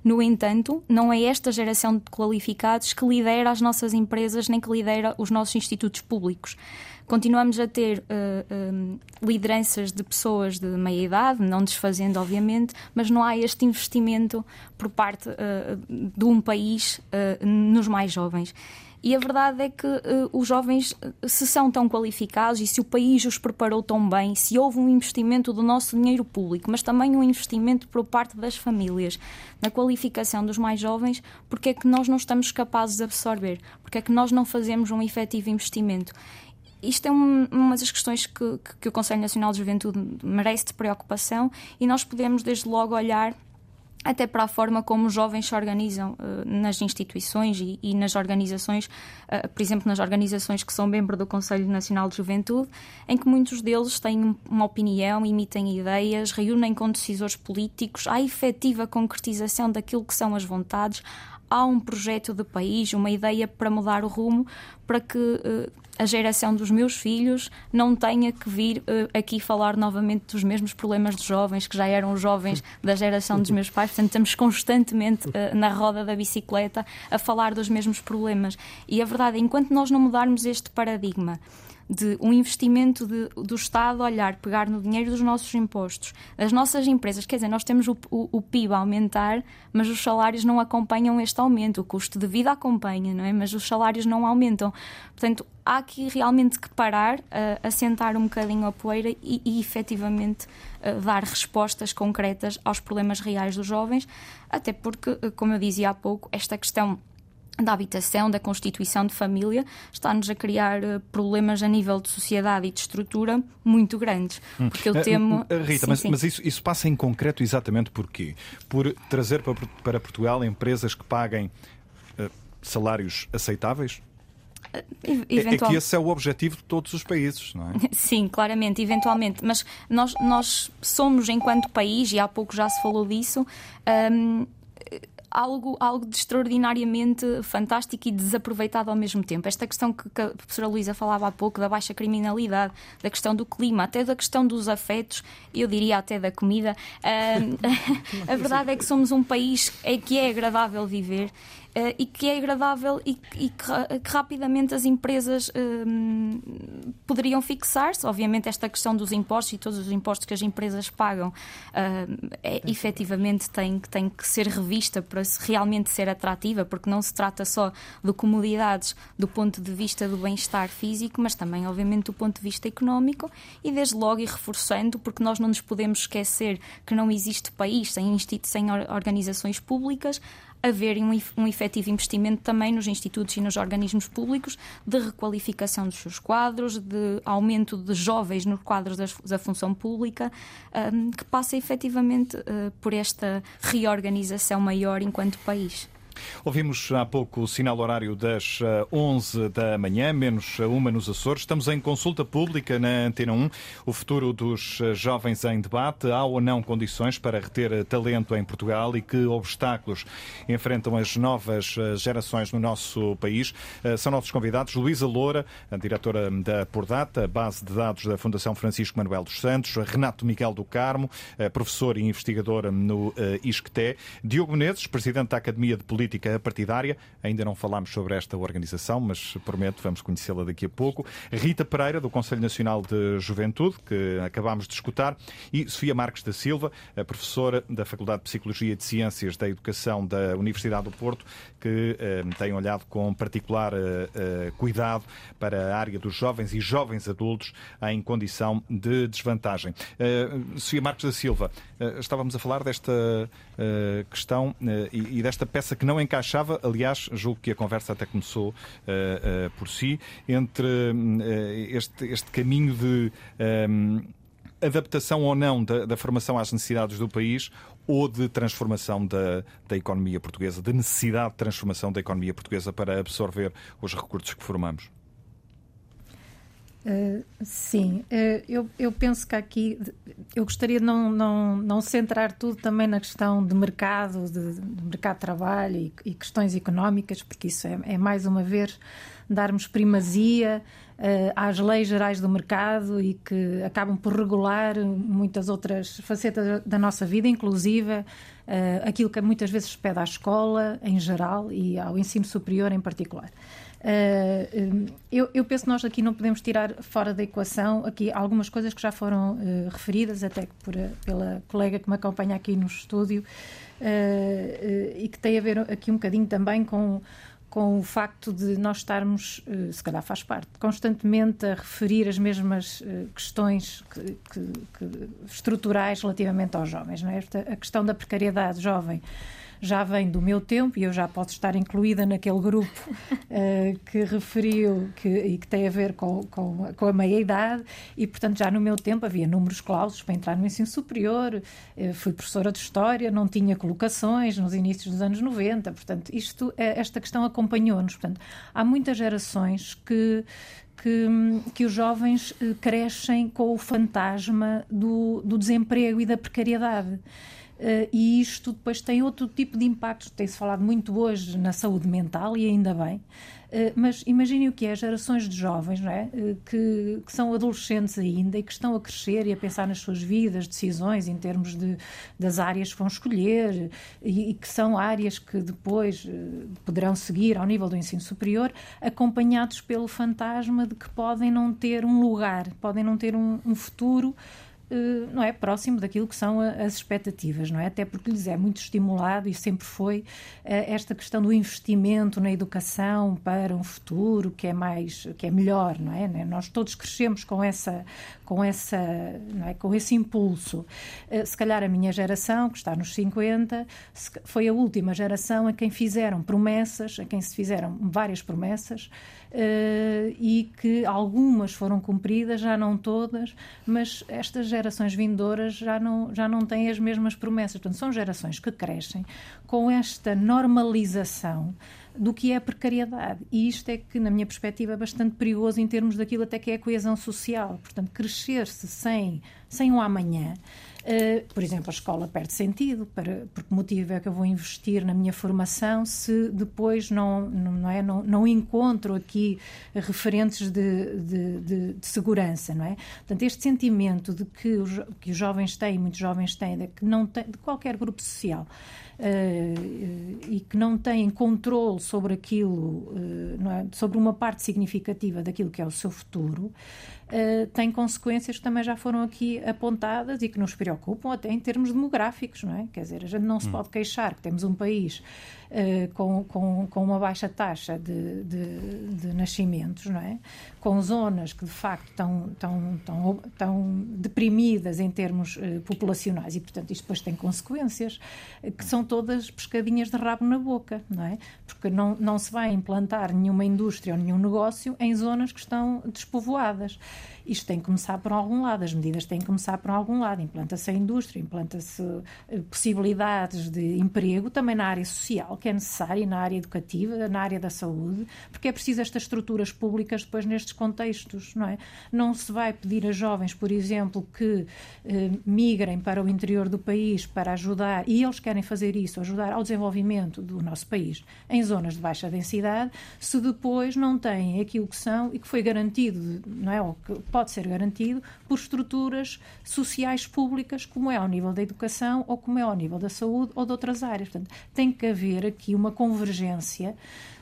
No entanto, não é esta geração de qualificados que lidera as nossas empresas nem que lidera os nossos institutos públicos. Continuamos a ter uh, uh, lideranças de pessoas de meia idade, não desfazendo, obviamente, mas não há este investimento por parte uh, de um país uh, nos mais jovens. E a verdade é que uh, os jovens, se são tão qualificados e se o país os preparou tão bem, se houve um investimento do nosso dinheiro público, mas também um investimento por parte das famílias na qualificação dos mais jovens, porque é que nós não estamos capazes de absorver? Porque é que nós não fazemos um efetivo investimento? Isto é um, uma das questões que, que, que o Conselho Nacional de Juventude merece de preocupação, e nós podemos desde logo olhar até para a forma como os jovens se organizam uh, nas instituições e, e nas organizações, uh, por exemplo, nas organizações que são membro do Conselho Nacional de Juventude, em que muitos deles têm uma opinião, emitem ideias, reúnem com decisores políticos, há efetiva concretização daquilo que são as vontades, há um projeto de país, uma ideia para mudar o rumo, para que uh, a geração dos meus filhos não tenha que vir uh, aqui falar novamente dos mesmos problemas dos jovens, que já eram os jovens da geração dos meus pais. Portanto, estamos constantemente uh, na roda da bicicleta a falar dos mesmos problemas. E a verdade é, enquanto nós não mudarmos este paradigma de um investimento de, do Estado olhar, pegar no dinheiro dos nossos impostos, as nossas empresas, quer dizer, nós temos o, o, o P I B a aumentar, mas os salários não acompanham este aumento, o custo de vida acompanha, não é? Mas os salários não aumentam. Portanto, há aqui realmente que parar, uh, assentar um bocadinho a poeira e, e efetivamente uh, dar respostas concretas aos problemas reais dos jovens, até porque, uh, como eu dizia há pouco, esta questão da habitação, da constituição de família, está-nos a criar uh, problemas a nível de sociedade e de estrutura muito grandes. Porque eu temo... Uh, Rita, sim, mas, sim. mas isso, isso passa em concreto exatamente porquê? Por trazer para, para Portugal empresas que paguem uh, salários aceitáveis? É que esse é o objetivo de todos os países, não é? Sim, claramente, eventualmente. Mas nós, nós somos, enquanto país, e há pouco já se falou disso, um, Algo, algo de extraordinariamente fantástico e desaproveitado ao mesmo tempo. Esta questão que, que a professora Luísa falava há pouco, da baixa criminalidade, da questão do clima, até da questão dos afetos, eu diria até da comida. Uh, a verdade é que somos um país em que é agradável viver. Uh, e que é agradável e, e que, que rapidamente as empresas uh, poderiam fixar-se. Obviamente esta questão dos impostos e todos os impostos que as empresas pagam uh, é, efetivamente tem, tem que ser revista para realmente ser atrativa, porque não se trata só de comodidades do ponto de vista do bem-estar físico, mas também obviamente do ponto de vista económico, e desde logo e reforçando, porque nós não nos podemos esquecer que não existe país sem, sem organizações públicas, haver um, um efetivo investimento também nos institutos e nos organismos públicos de requalificação dos seus quadros, de aumento de jovens nos quadros da, da função pública, um, que passa efetivamente uh, por esta reorganização maior enquanto país. Ouvimos há pouco o sinal horário das onze da manhã, menos uma nos Açores. Estamos em consulta pública na Antena um. O futuro dos jovens em debate. Há ou não condições para reter talento em Portugal e que obstáculos enfrentam as novas gerações no nosso país? São nossos convidados Luísa Loura, a diretora da Pordata, base de dados da Fundação Francisco Manuel dos Santos, Renato Miguel do Carmo, professor e investigador no I S C T E, Diogo Menezes, presidente da Academia de Política Partidária. Ainda não falámos sobre esta organização, mas prometo, vamos conhecê-la daqui a pouco. Rita Pereira, do Conselho Nacional de Juventude, que acabámos de escutar, e Sofia Marques da Silva, a professora da Faculdade de Psicologia e de Ciências da Educação da Universidade do Porto, que eh, tem olhado com particular eh, eh, cuidado para a área dos jovens e jovens adultos em condição de desvantagem. Eh, Sofia Marques da Silva, eh, estávamos a falar desta eh, questão eh, e, e desta peça que não encaixava, aliás, julgo que a conversa até começou uh, uh, por si, entre uh, este, este caminho de um, adaptação ou não da, da formação às necessidades do país ou de transformação da, da economia portuguesa, de necessidade de transformação da economia portuguesa para absorver os recursos que formamos. Uh, sim, uh, eu, eu penso que aqui eu gostaria de não, não, não centrar tudo também na questão de mercado, de, de mercado de trabalho e, e questões económicas, porque isso é, é mais uma vez darmos primazia uh, às leis gerais do mercado e que acabam por regular muitas outras facetas da nossa vida, inclusive uh, aquilo que muitas vezes se pede à escola em geral e ao ensino superior em particular. Uh, eu, eu penso que nós aqui não podemos tirar fora da equação aqui algumas coisas que já foram uh, referidas, até por, pela colega que me acompanha aqui no estúdio, uh, uh, e que tem a ver aqui um bocadinho também com, com o facto de nós estarmos, uh, se calhar faz parte, constantemente a referir as mesmas uh, questões que, que, que estruturais relativamente aos jovens, não é? Esta, a questão da precariedade jovem já vem do meu tempo e eu já posso estar incluída naquele grupo uh, que referiu que, e que tem a ver com, com, com a meia-idade e, portanto, já no meu tempo havia números clausos para entrar no ensino superior, uh, fui professora de História, não tinha colocações nos inícios dos anos noventa, portanto, isto, esta questão acompanhou-nos. Portanto, há muitas gerações que Que, que os jovens uh, crescem com o fantasma do, do desemprego e da precariedade. Uh, e isto depois tem outro tipo de impactos. Tem-se falado muito hoje na saúde mental, e ainda bem. Uh, mas imaginem o que é gerações de jovens, não é? Uh, que, que são adolescentes ainda e que estão a crescer e a pensar nas suas vidas, decisões em termos de, das áreas que vão escolher e, e que são áreas que depois uh, poderão seguir ao nível do ensino superior, acompanhados pelo fantasma de que podem não ter um lugar, podem não ter um, um futuro não é, próximo daquilo que são as expectativas, não é? Até porque lhes é muito estimulado e sempre foi esta questão do investimento na educação para um futuro que é mais, que é melhor, não é? Nós todos crescemos com essa, com essa, não é? Com esse impulso. Se calhar a minha geração, que está nos cinquenta, foi a última geração a quem fizeram promessas, a quem se fizeram várias promessas, Uh, e que algumas foram cumpridas, já não todas, mas estas gerações vindouras já não, já não têm as mesmas promessas. Portanto, são gerações que crescem com esta normalização do que é a precariedade. E isto é que, na minha perspectiva, é bastante perigoso em termos daquilo até que é a coesão social. Portanto, crescer-se sem, sem um amanhã. Uh, por exemplo, a escola perde sentido, para, por que motivo é que eu vou investir na minha formação se depois não, não, não, é, não, não encontro aqui referentes de, de, de, de segurança, não é? Portanto, este sentimento de que os, que os jovens têm, muitos jovens têm, de que não têm, de qualquer grupo social, Uh, e que não têm controle sobre aquilo, uh, não é? Sobre uma parte significativa daquilo que é o seu futuro, uh, tem consequências que também já foram aqui apontadas e que nos preocupam até em termos demográficos, não é? Quer dizer, a gente não se hum. pode queixar que temos um país uh, com, com, com uma baixa taxa de, de, de nascimentos, não é? Com zonas que de facto estão, estão, estão, estão deprimidas em termos uh, populacionais e, portanto, isto depois tem consequências uh, que são todas pescadinhas de rabo na boca, não é? Porque não, não se vai implantar nenhuma indústria ou nenhum negócio em zonas que estão despovoadas. Isto tem que começar por algum lado, as medidas têm que começar por algum lado. Implanta-se a indústria, implanta-se possibilidades de emprego, também na área social, que é necessária, na área educativa, na área da saúde, porque é preciso estas estruturas públicas depois nestes contextos, não é? Não se vai pedir a jovens, por exemplo, que eh, migrem para o interior do país para ajudar, e eles querem fazer isso, ajudar ao desenvolvimento do nosso país em zonas de baixa densidade, se depois não têm aquilo que são e que foi garantido, não é? Ou que pode ser garantido por estruturas sociais públicas, como é ao nível da educação ou como é ao nível da saúde ou de outras áreas. Portanto, tem que haver aqui uma convergência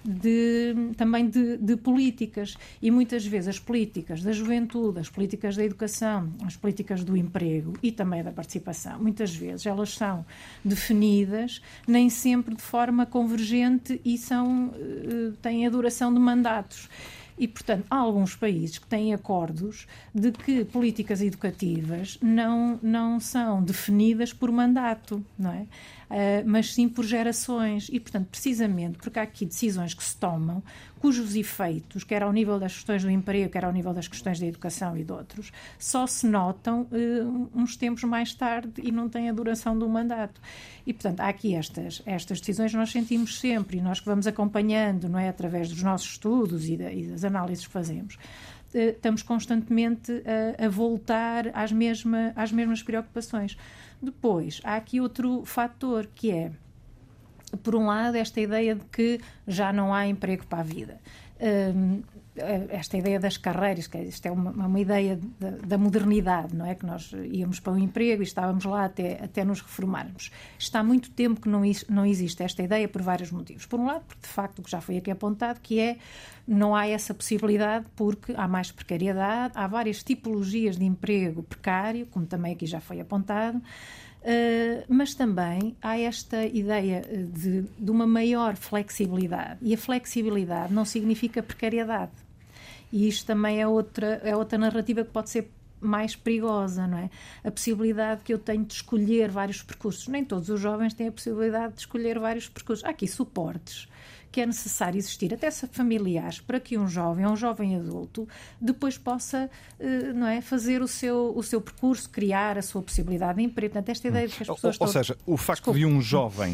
de, também de, de políticas, e muitas vezes as políticas da juventude, as políticas da educação, as políticas do emprego e também da participação, muitas vezes elas são definidas nem sempre de forma convergente e são, têm a duração de mandatos. E, portanto, há alguns países que têm acordos de que políticas educativas não, não são definidas por mandato, não é? Uh, mas sim por gerações. E, portanto, precisamente porque há aqui decisões que se tomam cujos efeitos, quer ao nível das questões do emprego, quer ao nível das questões da educação e de outros, só se notam uh, uns tempos mais tarde e não têm a duração do mandato. E, portanto, há aqui estas, estas decisões, nós sentimos sempre, e nós que vamos acompanhando, não é, através dos nossos estudos e, da, e das análises que fazemos, uh, estamos constantemente a, a voltar às, mesma, às mesmas preocupações. Depois, há aqui outro fator, que é, por um lado, esta ideia de que já não há emprego para a vida. Um, esta ideia das carreiras, que isto é uma, uma ideia da, da modernidade, não é? Que nós íamos para o emprego e estávamos lá até, até nos reformarmos. Está há muito tempo que não, não existe esta ideia por vários motivos. Por um lado, porque de facto o que já foi aqui apontado, que é não há essa possibilidade porque há mais precariedade, há várias tipologias de emprego precário, como também aqui já foi apontado. Uh, mas também há esta ideia de, de uma maior flexibilidade, e a flexibilidade não significa precariedade, e isto também é outra, é outra narrativa que pode ser mais perigosa, não é? A possibilidade que eu tenho de escolher vários percursos. Nem todos os jovens têm a possibilidade de escolher vários percursos. Há aqui suportes que é necessário existir, até familiares, para que um jovem ou um jovem adulto depois possa, não é, fazer o seu, o seu percurso, criar a sua possibilidade de emprego. Portanto, esta ideia de que as pessoas... Ou, ou estão... seja, o facto Desculpa. de um jovem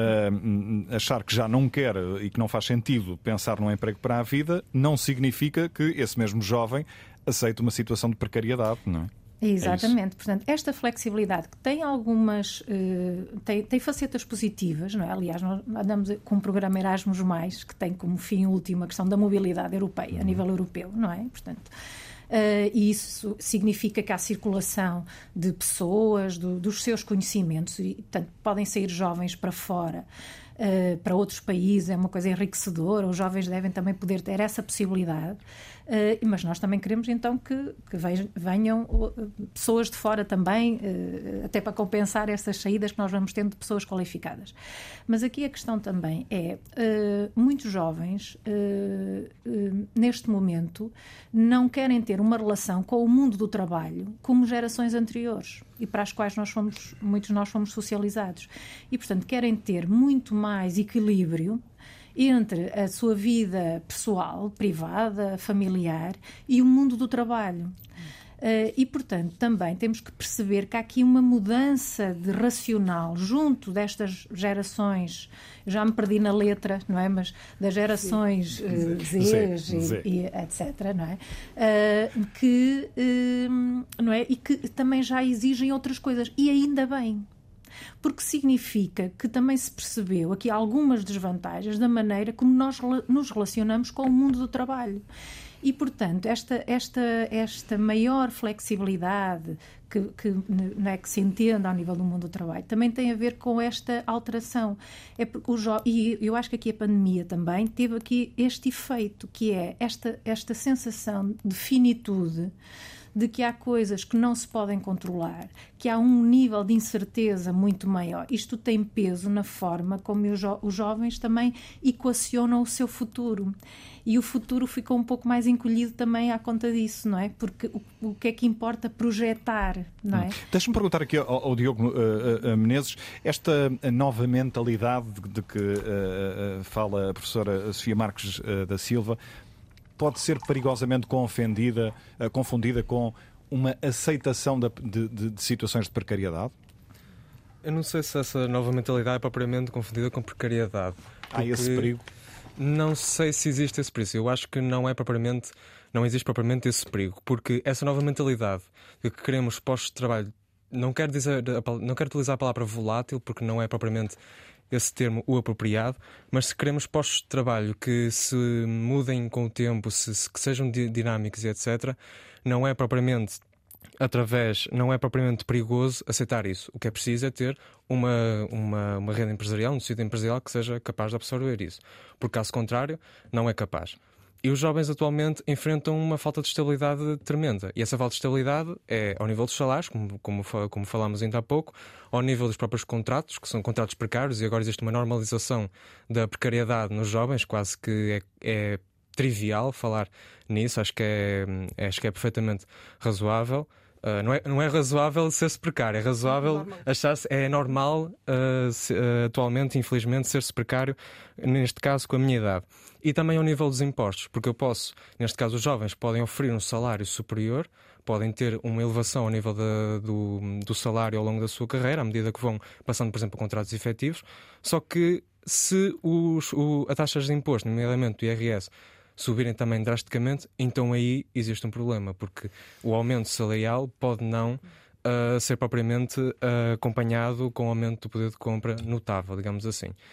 uh, achar que já não quer e que não faz sentido pensar num emprego para a vida, não significa que esse mesmo jovem aceite uma situação de precariedade, não é? Exatamente. É Portanto, esta flexibilidade que tem algumas uh, tem, tem facetas positivas, não é? Aliás, nós andamos com um programa Erasmus mais, que tem como fim último a questão da mobilidade europeia, uhum. a nível europeu, não é? Portanto, uh, e isso significa que há circulação de pessoas, do, dos seus conhecimentos, e portanto, podem sair jovens para fora, uh, para outros países, é uma coisa enriquecedora. Os jovens devem também poder ter essa possibilidade. Uh, mas nós também queremos então que, que venham uh, pessoas de fora também, uh, até para compensar essas saídas que nós vamos tendo de pessoas qualificadas. Mas aqui a questão também é, uh, muitos jovens uh, uh, neste momento não querem ter uma relação com o mundo do trabalho como gerações anteriores, e para as quais nós fomos, muitos de nós fomos socializados, e portanto querem ter muito mais equilíbrio entre a sua vida pessoal, privada, familiar e o mundo do trabalho. Uh, e, portanto, também temos que perceber que há aqui uma mudança de racional junto destas gerações, já me perdi na letra, não é? Mas das gerações uh, Z, Z, e, e etcétera, não é? Uh, que, uh, não é? E que também já exigem outras coisas, e ainda bem. Porque significa que também se percebeu aqui algumas desvantagens da maneira como nós nos relacionamos com o mundo do trabalho. E, portanto, esta, esta, esta maior flexibilidade que, que, não é, que se entende ao nível do mundo do trabalho também tem a ver com esta alteração. É porque o jo... E eu acho que aqui a pandemia também teve aqui este efeito, que é esta, esta sensação de finitude, de que há coisas que não se podem controlar, que há um nível de incerteza muito maior. Isto tem peso na forma como os, jo- os jovens também equacionam o seu futuro. E o futuro ficou um pouco mais encolhido também à conta disso, não é? Porque o, o que é que importa projetar, não é? Hum. Deixa-me perguntar aqui ao, ao Diogo uh, uh, Menezes, esta nova mentalidade de, de que uh, uh, fala a professora Sofia Marques uh, da Silva, pode ser perigosamente confundida, confundida com uma aceitação de, de, de situações de precariedade? Eu não sei se essa nova mentalidade é propriamente confundida com precariedade. Há esse perigo? Não sei se existe esse perigo. Eu acho que não é propriamente, não existe propriamente esse perigo, porque essa nova mentalidade de que queremos postos de trabalho, não quero dizer, não quero utilizar a palavra volátil, porque não é propriamente esse termo o apropriado, mas se queremos postos de trabalho que se mudem com o tempo, se, se, que sejam dinâmicos e etcétera, não é propriamente através, não é propriamente perigoso aceitar isso. O que é preciso é ter uma, uma, uma rede empresarial, um tecido empresarial que seja capaz de absorver isso, porque caso contrário não é capaz. E os jovens atualmente enfrentam uma falta de estabilidade tremenda. E essa falta de estabilidade é ao nível dos salários, como, como, como falámos ainda há pouco, ao nível dos próprios contratos, que são contratos precários, e agora existe uma normalização da precariedade nos jovens, quase que é, é trivial falar nisso, acho que é, acho que é perfeitamente razoável. Uh, não, é, não é razoável ser-se precário, é razoável achar-se, é normal uh, se, uh, atualmente, infelizmente, ser-se precário, neste caso com a minha idade. E também ao nível dos impostos, porque eu posso, neste caso os jovens podem oferecer um salário superior, podem ter uma elevação ao nível de, do, do salário ao longo da sua carreira, à medida que vão passando, por exemplo, a contratos efetivos, só que se os, o, a taxas de imposto, nomeadamente o I R S, subirem também drasticamente, então aí existe um problema, porque o aumento salarial pode não uh, ser propriamente uh, acompanhado com um aumento do poder de compra notável, digamos assim.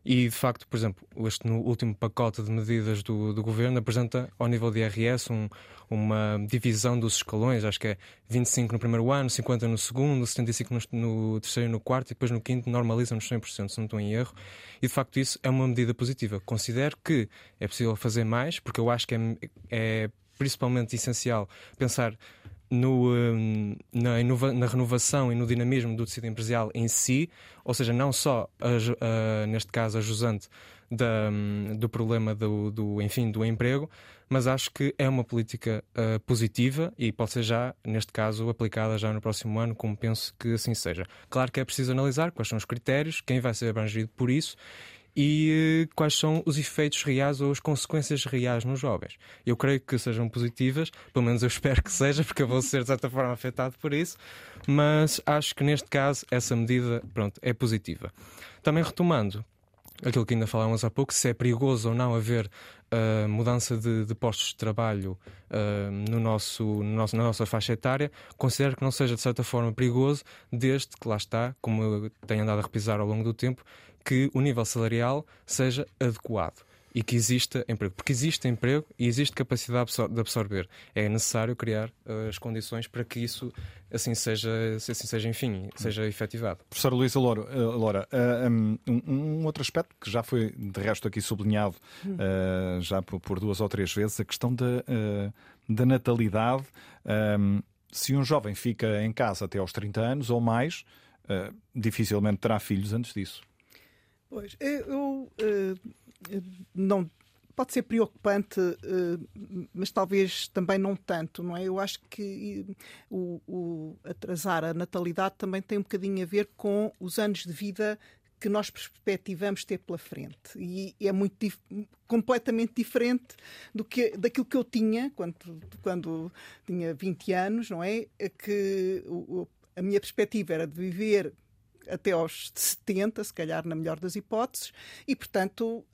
E, de facto, por exemplo, este no último pacote de medidas do, do Governo apresenta, ao nível de I R S, um, uma divisão dos escalões. Acho que é vinte e cinco no primeiro ano, cinquenta no segundo, setenta e cinco no, no terceiro e no quarto, e depois no quinto normaliza-nos cem por cento, se não estou em erro. E, de facto, isso é uma medida positiva. Considero que é possível fazer mais, porque eu acho que é, é principalmente essencial pensar No, na, inova, na renovação e no dinamismo do tecido empresarial em si, ou seja, não só, a, a, neste caso, a jusante da, do problema do, do, enfim, do emprego, mas acho que é uma política uh, positiva e pode ser já, neste caso, aplicada já no próximo ano, como penso que assim seja. Claro que é preciso analisar quais são os critérios, quem vai ser abrangido por isso, e quais são os efeitos reais ou as consequências reais nos jovens. Eu creio que sejam positivas, pelo menos eu espero que seja, porque eu vou ser de certa forma afetado por isso, mas acho que neste caso essa medida, pronto, é positiva. Também retomando aquilo que ainda falávamos há pouco, se é perigoso ou não haver uh, mudança de, de postos de trabalho uh, no nosso, no nosso, na nossa faixa etária, considero que não seja de certa forma perigoso, desde que lá está, como eu tenho andado a repisar ao longo do tempo, que o nível salarial seja adequado e que exista emprego. Porque existe emprego e existe capacidade de absorver. É necessário criar uh, as condições para que isso assim seja, assim seja enfim, seja efetivado. Professora Luísa Loura, uh, Loura uh, um, um outro aspecto que já foi de resto aqui sublinhado uh, já por, por duas ou três vezes, a questão da, uh, da natalidade. Um, se um jovem fica em casa até aos trinta anos ou mais, uh, dificilmente terá filhos antes disso. Pois, eu, eu não pode ser preocupante, mas talvez também não tanto, não é? Eu acho que o, o atrasar a natalidade também tem um bocadinho a ver com os anos de vida que nós perspectivamos ter pela frente, e é muito dif- completamente diferente do que, daquilo que eu tinha quando, quando tinha vinte anos, não é? Que o, a minha perspectiva era de viver até aos setenta, se calhar na melhor das hipóteses, e portanto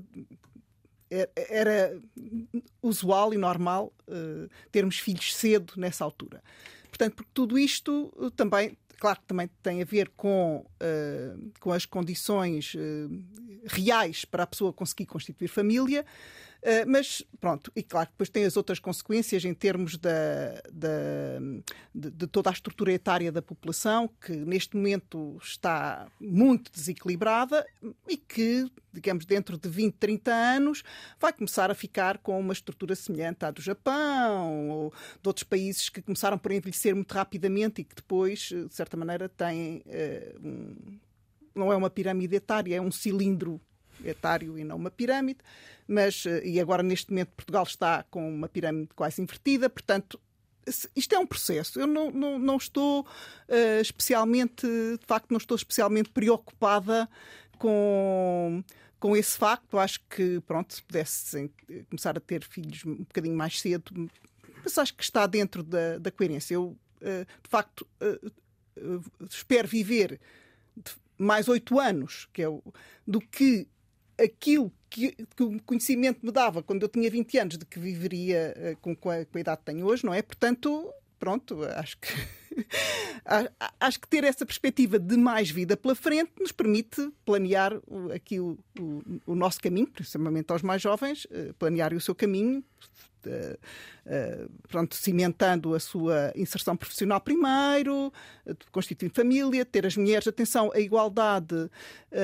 era usual e normal termos filhos cedo nessa altura. Portanto, porque tudo isto também, claro que também tem a ver com, com as condições reais para a pessoa conseguir constituir família, Uh, mas pronto, e claro, depois tem as outras consequências em termos da, da, de, de toda a estrutura etária da população, que neste momento está muito desequilibrada e que, digamos, dentro de vinte, trinta anos vai começar a ficar com uma estrutura semelhante à do Japão ou de outros países que começaram por envelhecer muito rapidamente e que depois, de certa maneira, têm uh, um, não é uma pirâmide etária, é um cilindro etário e não uma pirâmide, mas e agora neste momento Portugal está com uma pirâmide quase invertida, portanto isto é um processo. Eu não, não, não estou uh, especialmente, de facto não estou especialmente preocupada com, com esse facto. Acho que pronto, se pudesse começar a ter filhos um bocadinho mais cedo, mas acho que está dentro da, da coerência. Eu uh, de facto uh, uh, espero viver mais oito anos, que é o, do que aquilo que, que o conhecimento me dava quando eu tinha vinte anos, de que viveria uh, com, com, a, com a idade que tenho hoje, não é? Portanto, pronto, acho que acho que ter essa perspectiva de mais vida pela frente nos permite planear aqui o, o, o nosso caminho, principalmente aos mais jovens, uh, planear o seu caminho, Uh, uh, pronto, cimentando a sua inserção profissional primeiro, uh, constituir família, ter as mulheres, atenção, a igualdade uh,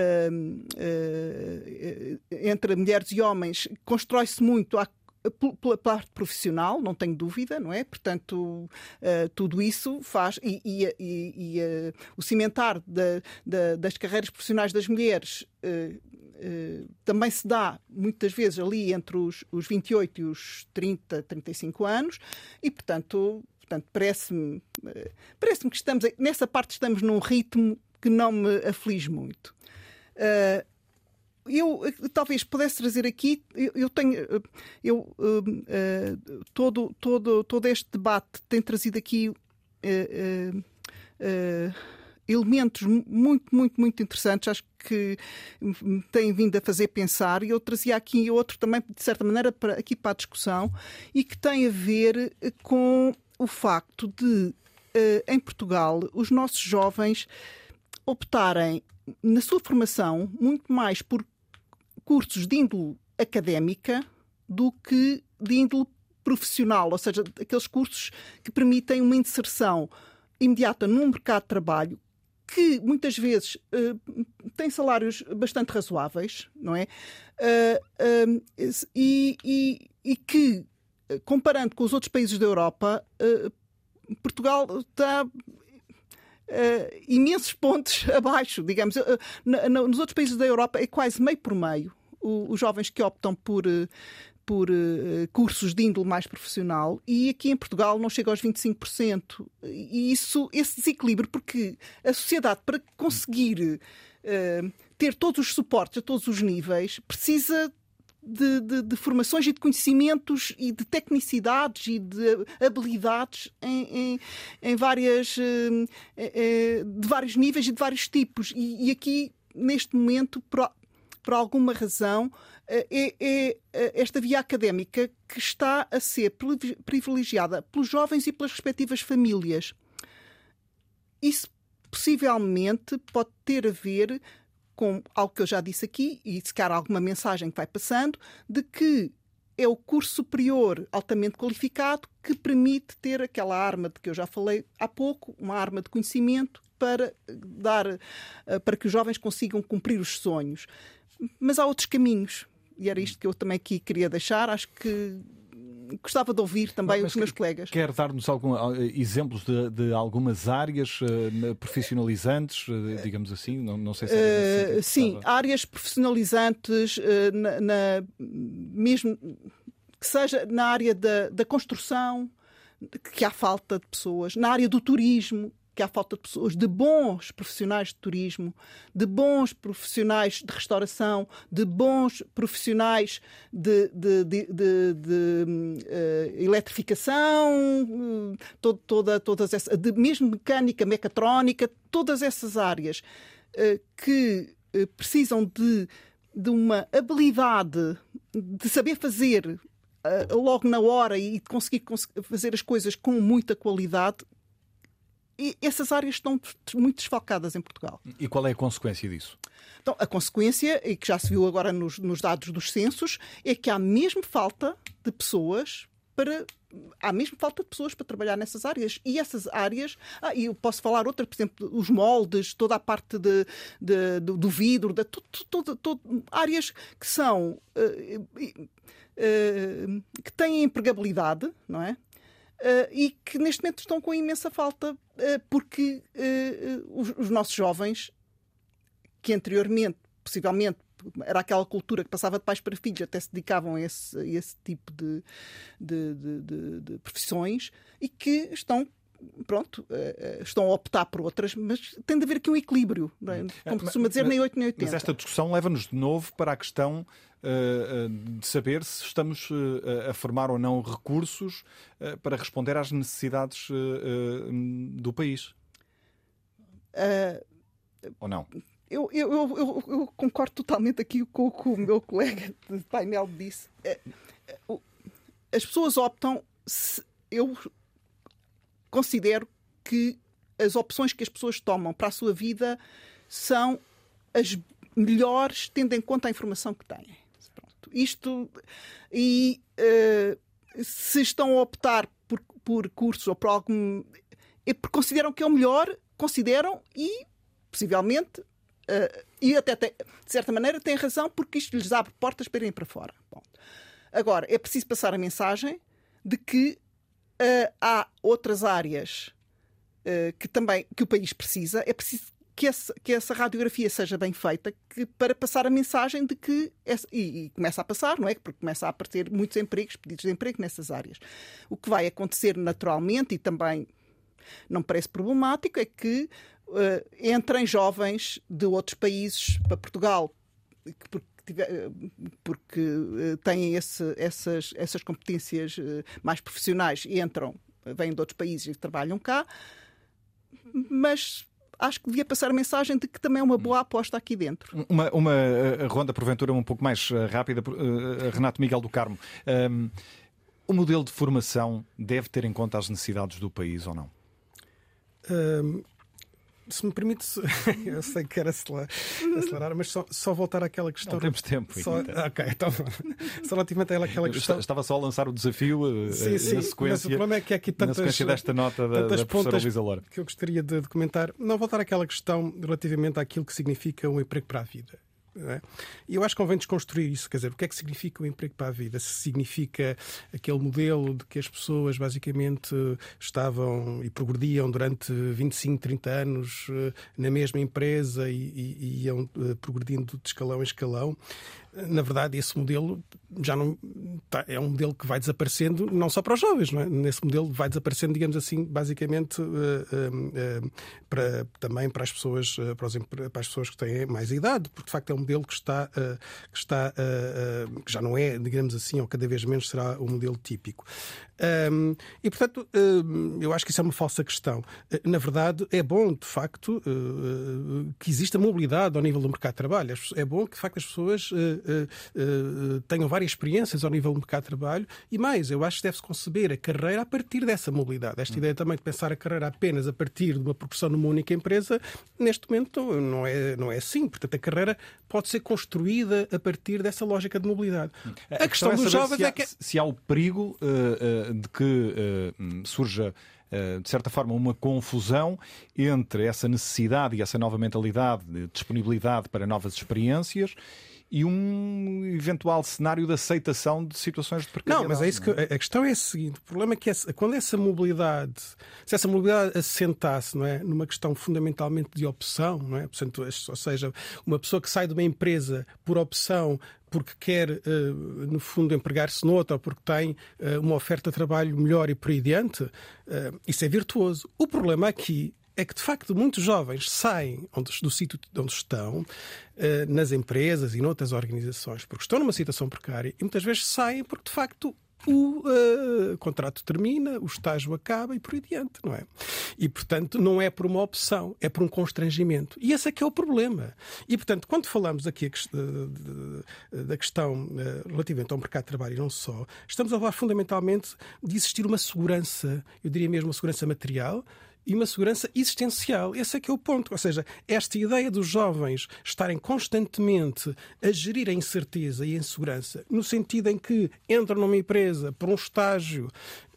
uh, entre mulheres e homens constrói-se muito à pela parte profissional, não tenho dúvida, não é? Portanto, uh, tudo isso faz, e, e, e, e uh, o cimentar da, da, das carreiras profissionais das mulheres uh, uh, também se dá muitas vezes ali entre os, os vinte e oito e os trinta, trinta e cinco anos, e portanto, portanto parece-me, uh, parece-me que estamos, nessa parte estamos num ritmo que não me aflige muito. Uh, Eu talvez pudesse trazer aqui, eu, eu tenho, eu, uh, uh, todo, todo, todo este debate tem trazido aqui uh, uh, uh, elementos muito, muito, muito interessantes, acho que me têm vindo a fazer pensar, e eu trazia aqui outro também, de certa maneira, para, aqui para a discussão, e que tem a ver com o facto de, uh, em Portugal, os nossos jovens optarem, na sua formação, muito mais por cursos de índole académica do que de índole profissional, ou seja, aqueles cursos que permitem uma inserção imediata num mercado de trabalho que muitas vezes uh, tem salários bastante razoáveis, não é? Uh, uh, e, e, e que, comparando com os outros países da Europa, uh, Portugal está uh, imensos pontos abaixo, digamos. Uh, na, na, nos outros países da Europa é quase meio por meio o, os jovens que optam por... Uh, por uh, cursos de índole mais profissional, e aqui em Portugal não chega aos vinte e cinco por cento. E isso, esse desequilíbrio, porque a sociedade, para conseguir uh, ter todos os suportes a todos os níveis, precisa de, de, de formações e de conhecimentos e de tecnicidades e de habilidades em, em, em várias, uh, uh, de vários níveis e de vários tipos. E, e aqui, neste momento, por, por alguma razão, É, é esta via académica que está a ser privilegiada pelos jovens e pelas respectivas famílias. Isso possivelmente pode ter a ver com algo que eu já disse aqui, e se calhar alguma mensagem que vai passando, de que é o curso superior altamente qualificado que permite ter aquela arma de que eu já falei há pouco, uma arma de conhecimento para dar, para que os jovens consigam cumprir os sonhos. Mas há outros caminhos. E era isto que eu também aqui queria deixar. Acho que gostava de ouvir também Mas os meus colegas. Quer dar-nos algum, exemplos de, de algumas áreas uh, profissionalizantes, uh, digamos assim? Não, não sei se era uh, Sim, áreas profissionalizantes, uh, na, na, mesmo que seja na área da, da construção, que há falta de pessoas, na área do turismo, que há falta de pessoas, de bons profissionais de turismo, de bons profissionais de restauração, de bons profissionais de, de, de, de, de uh, eletrificação, uh, todo, toda, todas essas, de, mesmo mecânica, mecatrónica, todas essas áreas uh, que uh, precisam de, de uma habilidade de saber fazer uh, logo na hora e de conseguir fazer as coisas com muita qualidade. E essas áreas estão muito desfalcadas em Portugal. E qual é a consequência disso? Então, a consequência, e que já se viu agora nos, nos dados dos censos, é que há mesmo falta de pessoas para... Há mesmo falta de pessoas para trabalhar nessas áreas. E essas áreas... Ah, e eu posso falar outra, por exemplo, os moldes, toda a parte de, de, do, do vidro, de, tudo, tudo, tudo, áreas que são... Uh, uh, uh, que têm empregabilidade, não é? Uh, e que neste momento estão com imensa falta, uh, porque uh, os, os nossos jovens, que anteriormente, possivelmente, era aquela cultura que passava de pais para filhos, até se dedicavam a esse, a esse tipo de, de, de, de, de profissões, e que estão, pronto, uh, estão a optar por outras, mas tem de haver aqui um equilíbrio, não é? Como costuma dizer, nem oito nem oitenta. Mas esta discussão leva-nos de novo para a questão uh, uh, de saber se estamos uh, a formar ou não recursos uh, para responder às necessidades uh, uh, do país. Uh, ou não? Eu, eu, eu, eu, eu concordo totalmente aqui com o que o meu colega de painel disse. As pessoas optam... Se, eu considero que as opções que as pessoas tomam para a sua vida são as melhores, tendo em conta a informação que têm. Pronto. Isto... E uh, se estão a optar por, por cursos ou por algum... É porque consideram que é o melhor, consideram e, possivelmente... Uh, e até, tem, de certa maneira, têm razão, porque isto lhes abre portas para irem para fora. Bom, agora, é preciso passar a mensagem de que uh, há outras áreas uh, que, também, que o país precisa. É preciso que, esse, que essa radiografia seja bem feita, que, para passar a mensagem de que... Essa, e, e começa a passar, não é? Porque começa a aparecer muitos empregos, pedidos de emprego nessas áreas. O que vai acontecer naturalmente, e também não me parece problemático, é que Uh, entrem jovens de outros países para Portugal porque, porque uh, têm esse, essas, essas competências uh, mais profissionais e entram, vêm de outros países e trabalham cá, mas acho que devia passar a mensagem de que também é uma boa aposta aqui dentro. Uma, uma uh, ronda, porventura, um pouco mais uh, rápida. Uh, Renato Miguel do Carmo. Um, o modelo de formação deve ter em conta as necessidades do país ou não? Um... se me permite, eu sei que era acelerar, mas só, só voltar àquela questão. Não temos tempo. Só, ok, então, só relativamente àquela questão. Estava só a lançar o desafio sim, sim, na sequência, mas o problema é que há aqui tantas, na sequência desta nota da, da professora Luísa Loura. Que eu gostaria de, de comentar. Não voltar àquela questão relativamente àquilo que significa um emprego para a vida. E eu acho que convém desconstruir isso. Quer dizer, o que é que significa o emprego para a vida? Se significa aquele modelo de que as pessoas basicamente estavam e progrediam durante vinte e cinco, trinta anos na mesma empresa e, e, e iam progredindo de escalão em escalão. Na verdade, esse modelo já não tá, é um modelo que vai desaparecendo, não só para os jovens, não é? Nesse modelo vai desaparecendo, digamos assim, basicamente uh, uh, uh, para, também para as pessoas, uh, para, os, para as pessoas que têm mais idade, porque de facto é um modelo que está, uh, que, está uh, uh, que já não é, digamos assim, ou cada vez menos será o modelo típico. Um, e, portanto, uh, eu acho que isso é uma falsa questão. Uh, na verdade, é bom, de facto, uh, que exista mobilidade ao nível do mercado de trabalho. É bom que, de facto, as pessoas uh, Uh, uh, tenham várias experiências ao nível do mercado de trabalho e mais, eu acho que deve-se conceber a carreira a partir dessa mobilidade. Esta ideia também de pensar a carreira apenas a partir de uma progressão numa única empresa, neste momento não é, não é assim. Portanto, a carreira pode ser construída a partir dessa lógica de mobilidade. A, a questão, questão dos jovens é que... Se há o perigo uh, uh, de que uh, surja de certa forma, uma confusão entre essa necessidade e essa nova mentalidade de disponibilidade para novas experiências e um eventual cenário de aceitação de situações de precariedade. Não, mas é isso que a questão é a seguinte: o problema é que essa, quando essa mobilidade, se essa mobilidade assentasse, não é, numa questão fundamentalmente de opção, não é? Portanto, ou seja, uma pessoa que sai de uma empresa por opção porque quer, no fundo, empregar-se noutra ou porque tem uma oferta de trabalho melhor e por aí diante, isso é virtuoso. O problema aqui é que, de facto, muitos jovens saem do sítio onde estão, nas empresas e noutras organizações, porque estão numa situação precária e muitas vezes saem porque, de facto, o uh, contrato termina, o estágio acaba e por aí diante, não é? E, portanto, não é por uma opção, é por um constrangimento. E esse é que é o problema. E, portanto, quando falamos aqui da questão uh, relativamente ao mercado de trabalho e não só, estamos a falar fundamentalmente de existir uma segurança, eu diria mesmo uma segurança material, e uma segurança existencial. Esse é que é o ponto. Ou seja, esta ideia dos jovens estarem constantemente a gerir a incerteza e a insegurança, no sentido em que entram numa empresa por um estágio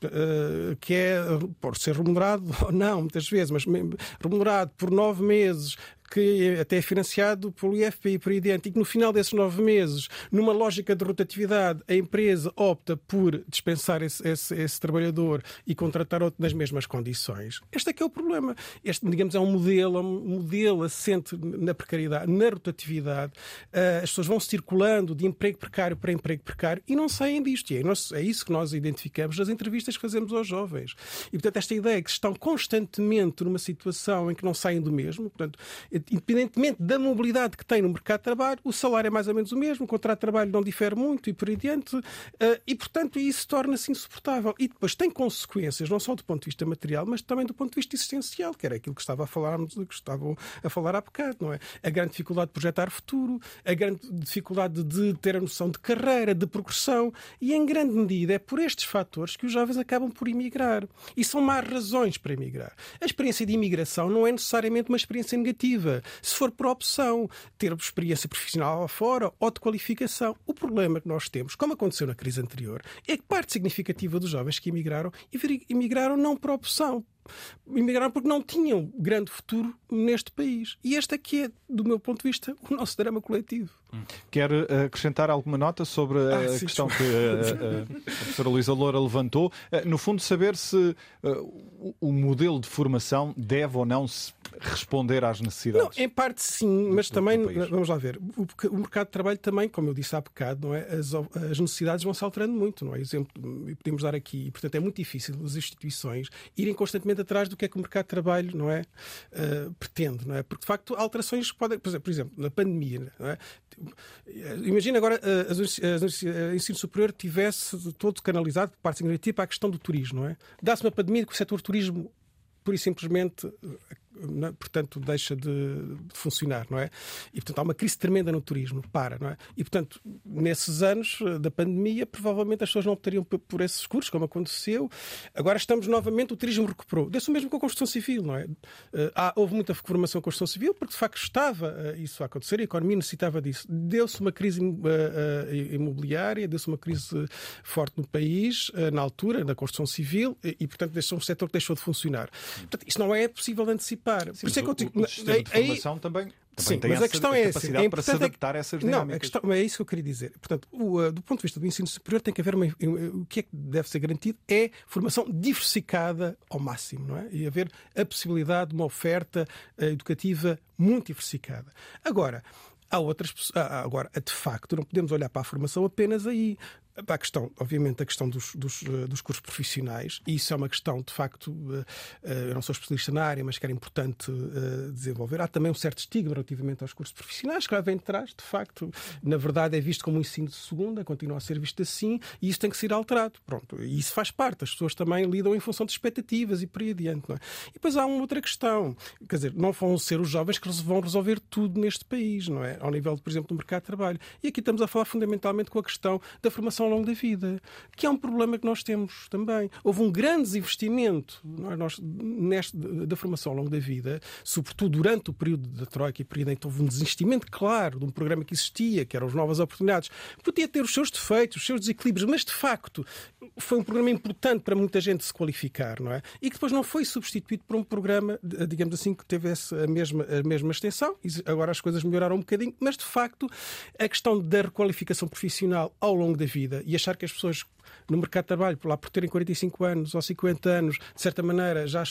uh, que é, por ser remunerado ou não, muitas vezes, mas remunerado por nove meses, que até é financiado pelo I F P e por aí dentro, e que no final desses nove meses, numa lógica de rotatividade, a empresa opta por dispensar esse, esse, esse trabalhador e contratar outro nas mesmas condições. Este é que é o problema. Este, digamos, é um modelo, um modelo assente na precariedade, na rotatividade. Uh, as pessoas vão circulando de emprego precário para emprego precário e não saem disto. E é, nós, é isso que nós identificamos nas entrevistas que fazemos aos jovens. E, portanto, esta ideia que estão constantemente numa situação em que não saem do mesmo, portanto, independentemente da mobilidade que tem no mercado de trabalho, o salário é mais ou menos o mesmo, o contrato de trabalho não difere muito e por aí diante, e, portanto, isso torna-se insuportável. E depois tem consequências, não só do ponto de vista material, mas também do ponto de vista existencial, que era aquilo que estava a falar, que estavam a falar há bocado, não é? A grande dificuldade de projetar futuro, a grande dificuldade de ter a noção de carreira, de progressão, e em grande medida é por estes fatores que os jovens acabam por emigrar. E são más razões para emigrar. A experiência de imigração não é necessariamente uma experiência negativa. Se for por opção, ter experiência profissional lá fora ou de qualificação. O problema que nós temos, como aconteceu na crise anterior, é que parte significativa dos jovens que emigraram, emigraram não por opção. Emigraram porque não tinham grande futuro neste país. E este aqui é, do meu ponto de vista, o nosso drama coletivo. Quer acrescentar alguma nota sobre a ah, sim, questão que a, a, a professora Luísa Loura levantou? No fundo, saber se uh, o modelo de formação deve ou não se responder às necessidades. Não, em parte sim, mas do, também, do vamos lá ver, o, o mercado de trabalho também, como eu disse há bocado, não é? as, as necessidades vão se alterando muito, não é? Exemplo, podemos dar aqui, e portanto é muito difícil as instituições irem constantemente atrás do que é que o mercado de trabalho, não é, uh, pretende, não é? Porque de facto alterações podem, por exemplo, na pandemia, não é? Imagina agora uh, o ensino superior tivesse todo canalizado por parte significativa para a questão do turismo, não é? Dá-se uma pandemia que o setor turismo pura e simplesmente não é? Portanto, deixa de, de funcionar, não é? E, portanto, há uma crise tremenda no turismo, para, não é? E, portanto, nesses anos da pandemia, provavelmente as pessoas não optariam por, por esses cursos, como aconteceu. Agora estamos novamente, o turismo recuperou. Deu-se o mesmo com a construção civil, não é? Há, houve muita formação em construção civil, porque, de facto, estava isso a acontecer, a economia necessitava disso. Deu-se uma crise imobiliária, deu-se uma crise forte no país, na altura, na construção civil, e, portanto, deixou um setor que deixou de funcionar. Portanto, isso não é possível de antecipar. Sim, Por isso é que eu digo, o, o sistema de formação aí, também, também sim, tem mas essa a questão é capacidade essa. para se adaptar a essas dinâmicas. Não, a questão, é isso que eu queria dizer. Portanto, o, uh, do ponto de vista do ensino superior, tem que haver uma, o que é que deve ser garantido é formação diversificada ao máximo, não é? E haver a possibilidade de uma oferta uh, educativa muito diversificada. Agora, há outras, agora, de facto, não podemos olhar para a formação apenas aí. Para a questão, obviamente, a questão dos, dos, dos cursos profissionais, e isso é uma questão, de facto, eu não sou especialista na área, mas que era importante desenvolver. Há também um certo estigma relativamente aos cursos profissionais, que lá vem de trás, de facto, na verdade é visto como um ensino de segunda, continua a ser visto assim, e isso tem que ser alterado. Pronto, e isso faz parte, as pessoas também lidam em função de expectativas e por aí adiante. Não é? E depois há uma outra questão, quer dizer, não vão ser os jovens que vão resolver tudo neste país, não é? Ao nível, por exemplo, do mercado de trabalho. E aqui estamos a falar fundamentalmente com a questão da formação ao longo da vida, que é um problema que nós temos também. Houve um grande desinvestimento não é? nós, neste, da formação ao longo da vida, sobretudo durante o período da Troika e período em que houve um desinvestimento claro de um programa que existia, que eram as novas oportunidades. Podia ter os seus defeitos, os seus desequilíbrios, mas de facto foi um programa importante para muita gente se qualificar, não é? E que depois não foi substituído por um programa, digamos assim, que teve a mesma, a mesma extensão. Agora as coisas melhoraram um bocadinho, mas de facto a questão da requalificação profissional ao longo da vida e achar que as pessoas no mercado de trabalho, lá por terem quarenta e cinco anos ou cinquenta anos, de certa maneira já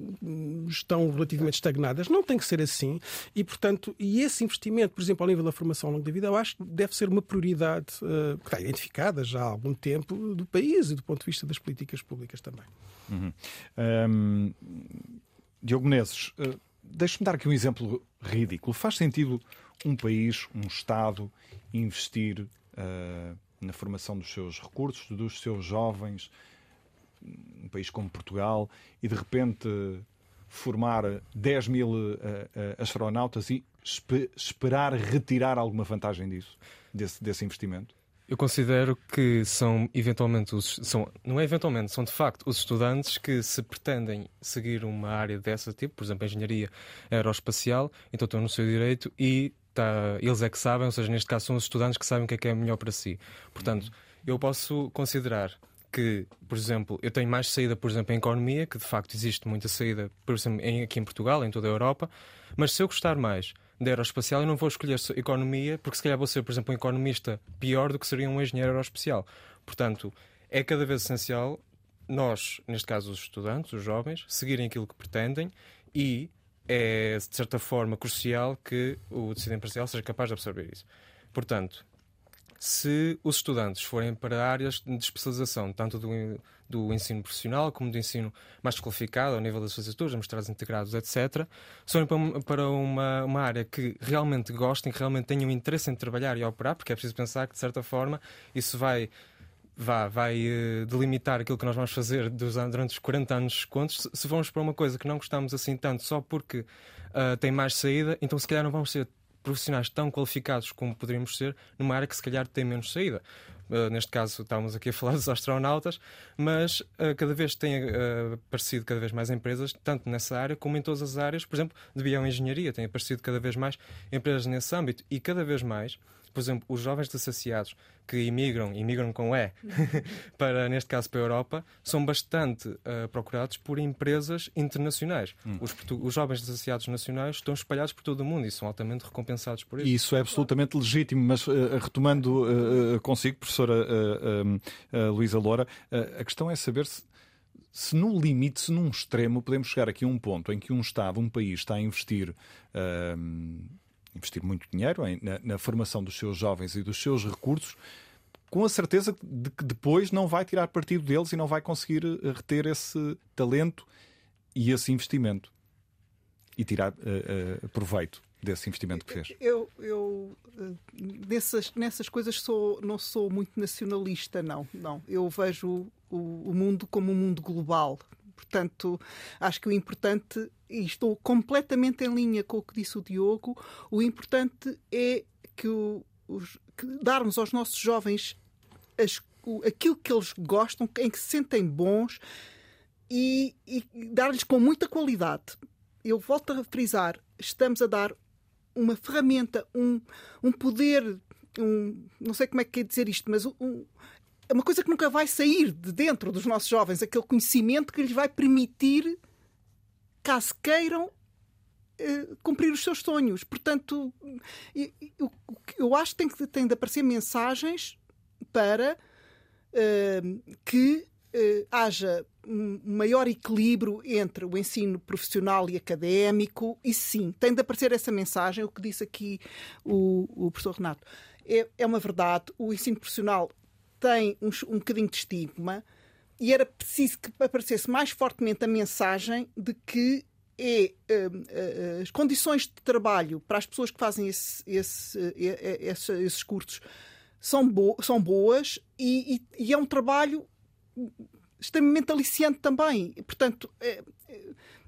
estão relativamente estagnadas. Não tem que ser assim. E, portanto, e esse investimento, por exemplo, ao nível da formação ao longo da vida, eu acho que deve ser uma prioridade uh, que está identificada já há algum tempo do país e do ponto de vista das políticas públicas também. Uhum. Um, Diogo Menezes, uh, deixe-me dar aqui um exemplo ridículo. Faz sentido um país, um Estado, investir uh, na formação dos seus recursos, dos seus jovens, um país como Portugal, e de repente formar dez mil uh, uh, astronautas e espe- esperar retirar alguma vantagem disso, desse, desse investimento? Eu considero que são eventualmente os, são, não é eventualmente, são de facto os estudantes que, se pretendem seguir uma área dessa tipo, por exemplo, a engenharia aeroespacial, então estão no seu direito e Tá, eles é que sabem, ou seja, neste caso são os estudantes que sabem o que é que é melhor para si. Portanto, eu posso considerar que, por exemplo, eu tenho mais saída, por exemplo, em economia, que de facto existe muita saída, por exemplo, aqui em Portugal, em toda a Europa, mas se eu gostar mais da aeroespacial, eu não vou escolher economia, porque se calhar vou ser, por exemplo, um economista pior do que seria um engenheiro aeroespacial. Portanto, é cada vez essencial nós, neste caso os estudantes, os jovens, seguirem aquilo que pretendem e é, de certa forma, crucial que o tecido empresarial seja capaz de absorver isso. Portanto, se os estudantes forem para áreas de especialização, tanto do, do ensino profissional como do ensino mais desqualificado, ao nível das licenciaturas, mestrados integrados, etcétera, se forem para uma, uma área que realmente gostem, que realmente tenham interesse em trabalhar e operar, porque é preciso pensar que, de certa forma, isso vai... Vá, vai uh, delimitar aquilo que nós vamos fazer dos, durante os quarenta anos de contos. Se, se vamos para uma coisa que não gostamos assim tanto só porque uh, tem mais saída, então se calhar não vamos ser profissionais tão qualificados como poderíamos ser numa área que se calhar tem menos saída. Uh, neste caso estávamos aqui a falar dos astronautas, mas uh, cada vez tem uh, aparecido cada vez mais empresas, tanto nessa área como em todas as áreas, por exemplo, de bioengenharia, tem aparecido cada vez mais empresas nesse âmbito e cada vez mais, por exemplo, os jovens desassociados que imigram, imigram com E, para, neste caso para a Europa, são bastante uh, procurados por empresas internacionais. Hum. Os, os jovens desassociados nacionais estão espalhados por todo o mundo e são altamente recompensados por isso. E isso é absolutamente legítimo, mas uh, retomando uh, consigo, professora uh, uh, uh, Luísa Loura, uh, a questão é saber se Se no limite, se num extremo, podemos chegar aqui a um ponto em que um Estado, um país, está a investir, uh, investir muito dinheiro em, na, na formação dos seus jovens e dos seus recursos, com a certeza de que depois não vai tirar partido deles e não vai conseguir reter esse talento e esse investimento e tirar uh, uh, proveito desse investimento que fez. Eu, eu nessas, nessas coisas sou, não sou muito nacionalista, não. não. Eu vejo o, o mundo como um mundo global. Portanto, acho que o importante, e estou completamente em linha com o que disse o Diogo, o importante é que, o, os, que darmos aos nossos jovens as, o, aquilo que eles gostam, em que se sentem bons, e, e dar-lhes com muita qualidade. Eu volto a frisar, estamos a dar uma ferramenta, um, um poder, um, não sei como é que é dizer isto, mas um, é uma coisa que nunca vai sair de dentro dos nossos jovens, aquele conhecimento que lhes vai permitir, caso queiram, uh, cumprir os seus sonhos. Portanto, eu, eu, eu acho que tem, que tem de aparecer mensagens para uh, que uh, haja um maior equilíbrio entre o ensino profissional e académico, e sim, tem de aparecer essa mensagem, o que disse aqui o, o professor Renato. É, é uma verdade, o ensino profissional tem um, um bocadinho de estigma, e era preciso que aparecesse mais fortemente a mensagem de que é, uh, uh, as condições de trabalho para as pessoas que fazem esse, esse, uh, esse, esses cursos são, bo são boas, e, e, e é um trabalho extremamente aliciante também. Portanto, é, é,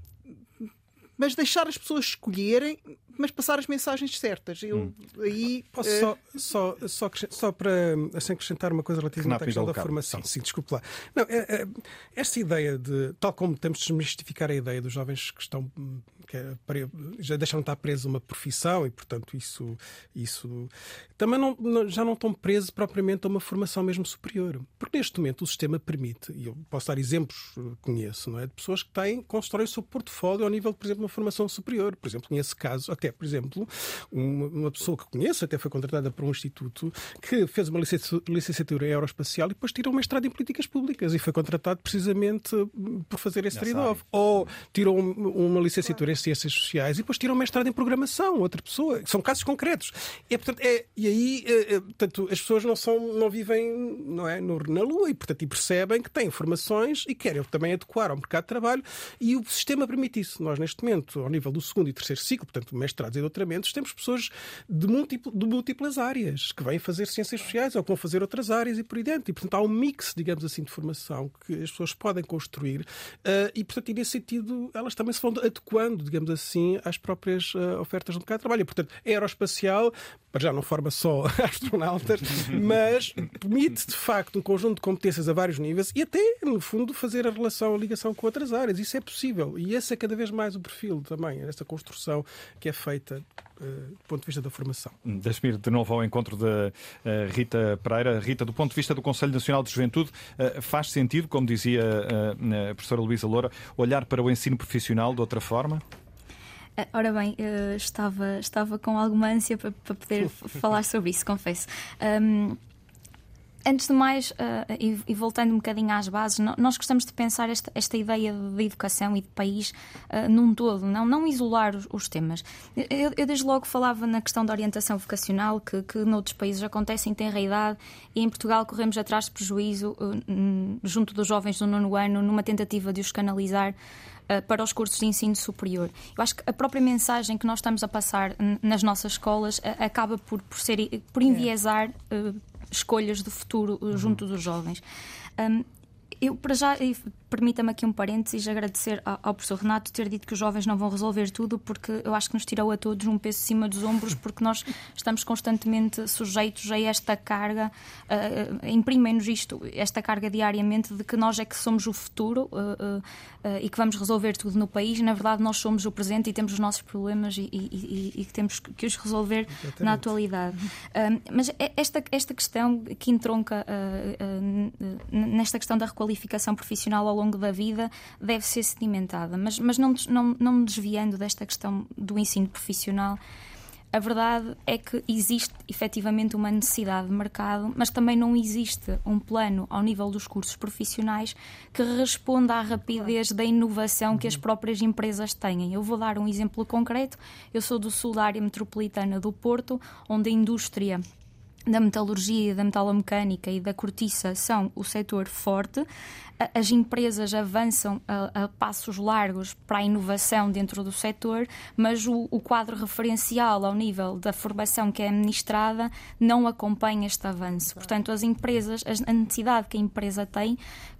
mas deixar as pessoas escolherem, mas passar as mensagens certas. Eu, hum. aí, Posso é... só, só, só, só para assim, acrescentar uma coisa relativamente à questão da formação. Sim, desculpe lá. Não, é, é, esta ideia de, tal como temos de desmistificar a ideia dos jovens que estão que é, já deixaram de estar presos a uma profissão e, portanto, isso, isso também não, não, já não estão presos propriamente a uma formação mesmo superior. Porque neste momento o sistema permite, e eu posso dar exemplos, conheço, não é, de pessoas que têm, constroem o seu portfólio ao nível, por exemplo, de uma formação superior. Por exemplo, nesse caso, até, por exemplo, uma, uma pessoa que conheço, até foi contratada por um instituto, que fez uma licenciatura em aeroespacial e depois tirou um mestrado em políticas públicas e foi contratado precisamente por fazer esse trade-off. Ou tirou uma licenciatura em ciências sociais e depois tirou um mestrado em programação, outra pessoa. São casos concretos. E, portanto, é, e aí é, portanto, as pessoas não, são, não vivem não é, no, na lua e, portanto, e percebem que têm formações e querem também adequar ao mercado de trabalho, e o sistema permite isso. Nós, neste momento, ao nível do segundo e terceiro ciclo, portanto, mestrados e doutoramentos, temos pessoas de, múltiplo, de múltiplas áreas que vêm fazer ciências sociais ou que vão fazer outras áreas e por aí dentro. E, portanto, há um mix, digamos assim, de formação que as pessoas podem construir uh, e, portanto, e nesse sentido, elas também se vão adequando, digamos assim, às próprias uh, ofertas do mercado de trabalho. E, portanto, aeroespacial, para já não forma só astronautas, mas permite, de facto, um conjunto de competências a vários níveis e até, no fundo, fazer a relação, a ligação com outras áreas. Isso é possível. E esse é cada vez mais o perfil também, essa construção que é feita uh, do ponto de vista da formação. Deixe-me ir de novo ao encontro da uh, Rita Pereira. Rita, do ponto de vista do Conselho Nacional de Juventude, uh, faz sentido, como dizia uh, a professora Luísa Loura, olhar para o ensino profissional de outra forma? Ora bem, estava, estava com alguma ânsia para, para poder falar sobre isso, confesso. Um, antes de mais, uh, e, e voltando um bocadinho às bases, nós gostamos de pensar esta, esta ideia de educação e de país uh, num todo, não, não isolar os, os temas. Eu, eu desde logo falava na questão da orientação vocacional, que, que noutros países acontece em tenra idade, e em Portugal corremos atrás de prejuízo uh, junto dos jovens do nono ano, numa tentativa de os canalizar para os cursos de ensino superior. Eu acho que a própria mensagem que nós estamos a passar nas nossas escolas acaba por, por, ser, por enviesar uh, escolhas de futuro uh, junto dos jovens. Um, eu, para já, permita-me aqui um parênteses, agradecer ao professor Renato ter dito que os jovens não vão resolver tudo, porque eu acho que nos tirou a todos um peso de cima dos ombros, porque nós estamos constantemente sujeitos a esta carga, uh, imprimem-nos isto, esta carga diariamente de que nós é que somos o futuro uh, uh, uh, e que vamos resolver tudo no país. Na verdade, nós somos o presente e temos os nossos problemas e, e, e, e temos que os resolver Exatamente. Na atualidade. Uh, mas esta, esta questão que entronca uh, uh, nesta questão da requalificação profissional ao longo da vida deve ser sedimentada, mas, mas não, não, não me desviando desta questão do ensino profissional. A verdade é que existe efetivamente uma necessidade de mercado, mas também não existe um plano ao nível dos cursos profissionais que responda à rapidez da inovação que as próprias empresas têm. Eu vou dar um exemplo concreto. Eu sou do sul da área metropolitana do Porto, onde a indústria da metalurgia, da metalomecânica e da cortiça são o setor forte. As empresas avançam a, a passos largos para a inovação dentro do setor, mas o, o quadro referencial ao nível da formação que é administrada não acompanha este avanço. Portanto, as empresas, a necessidade que a empresa tem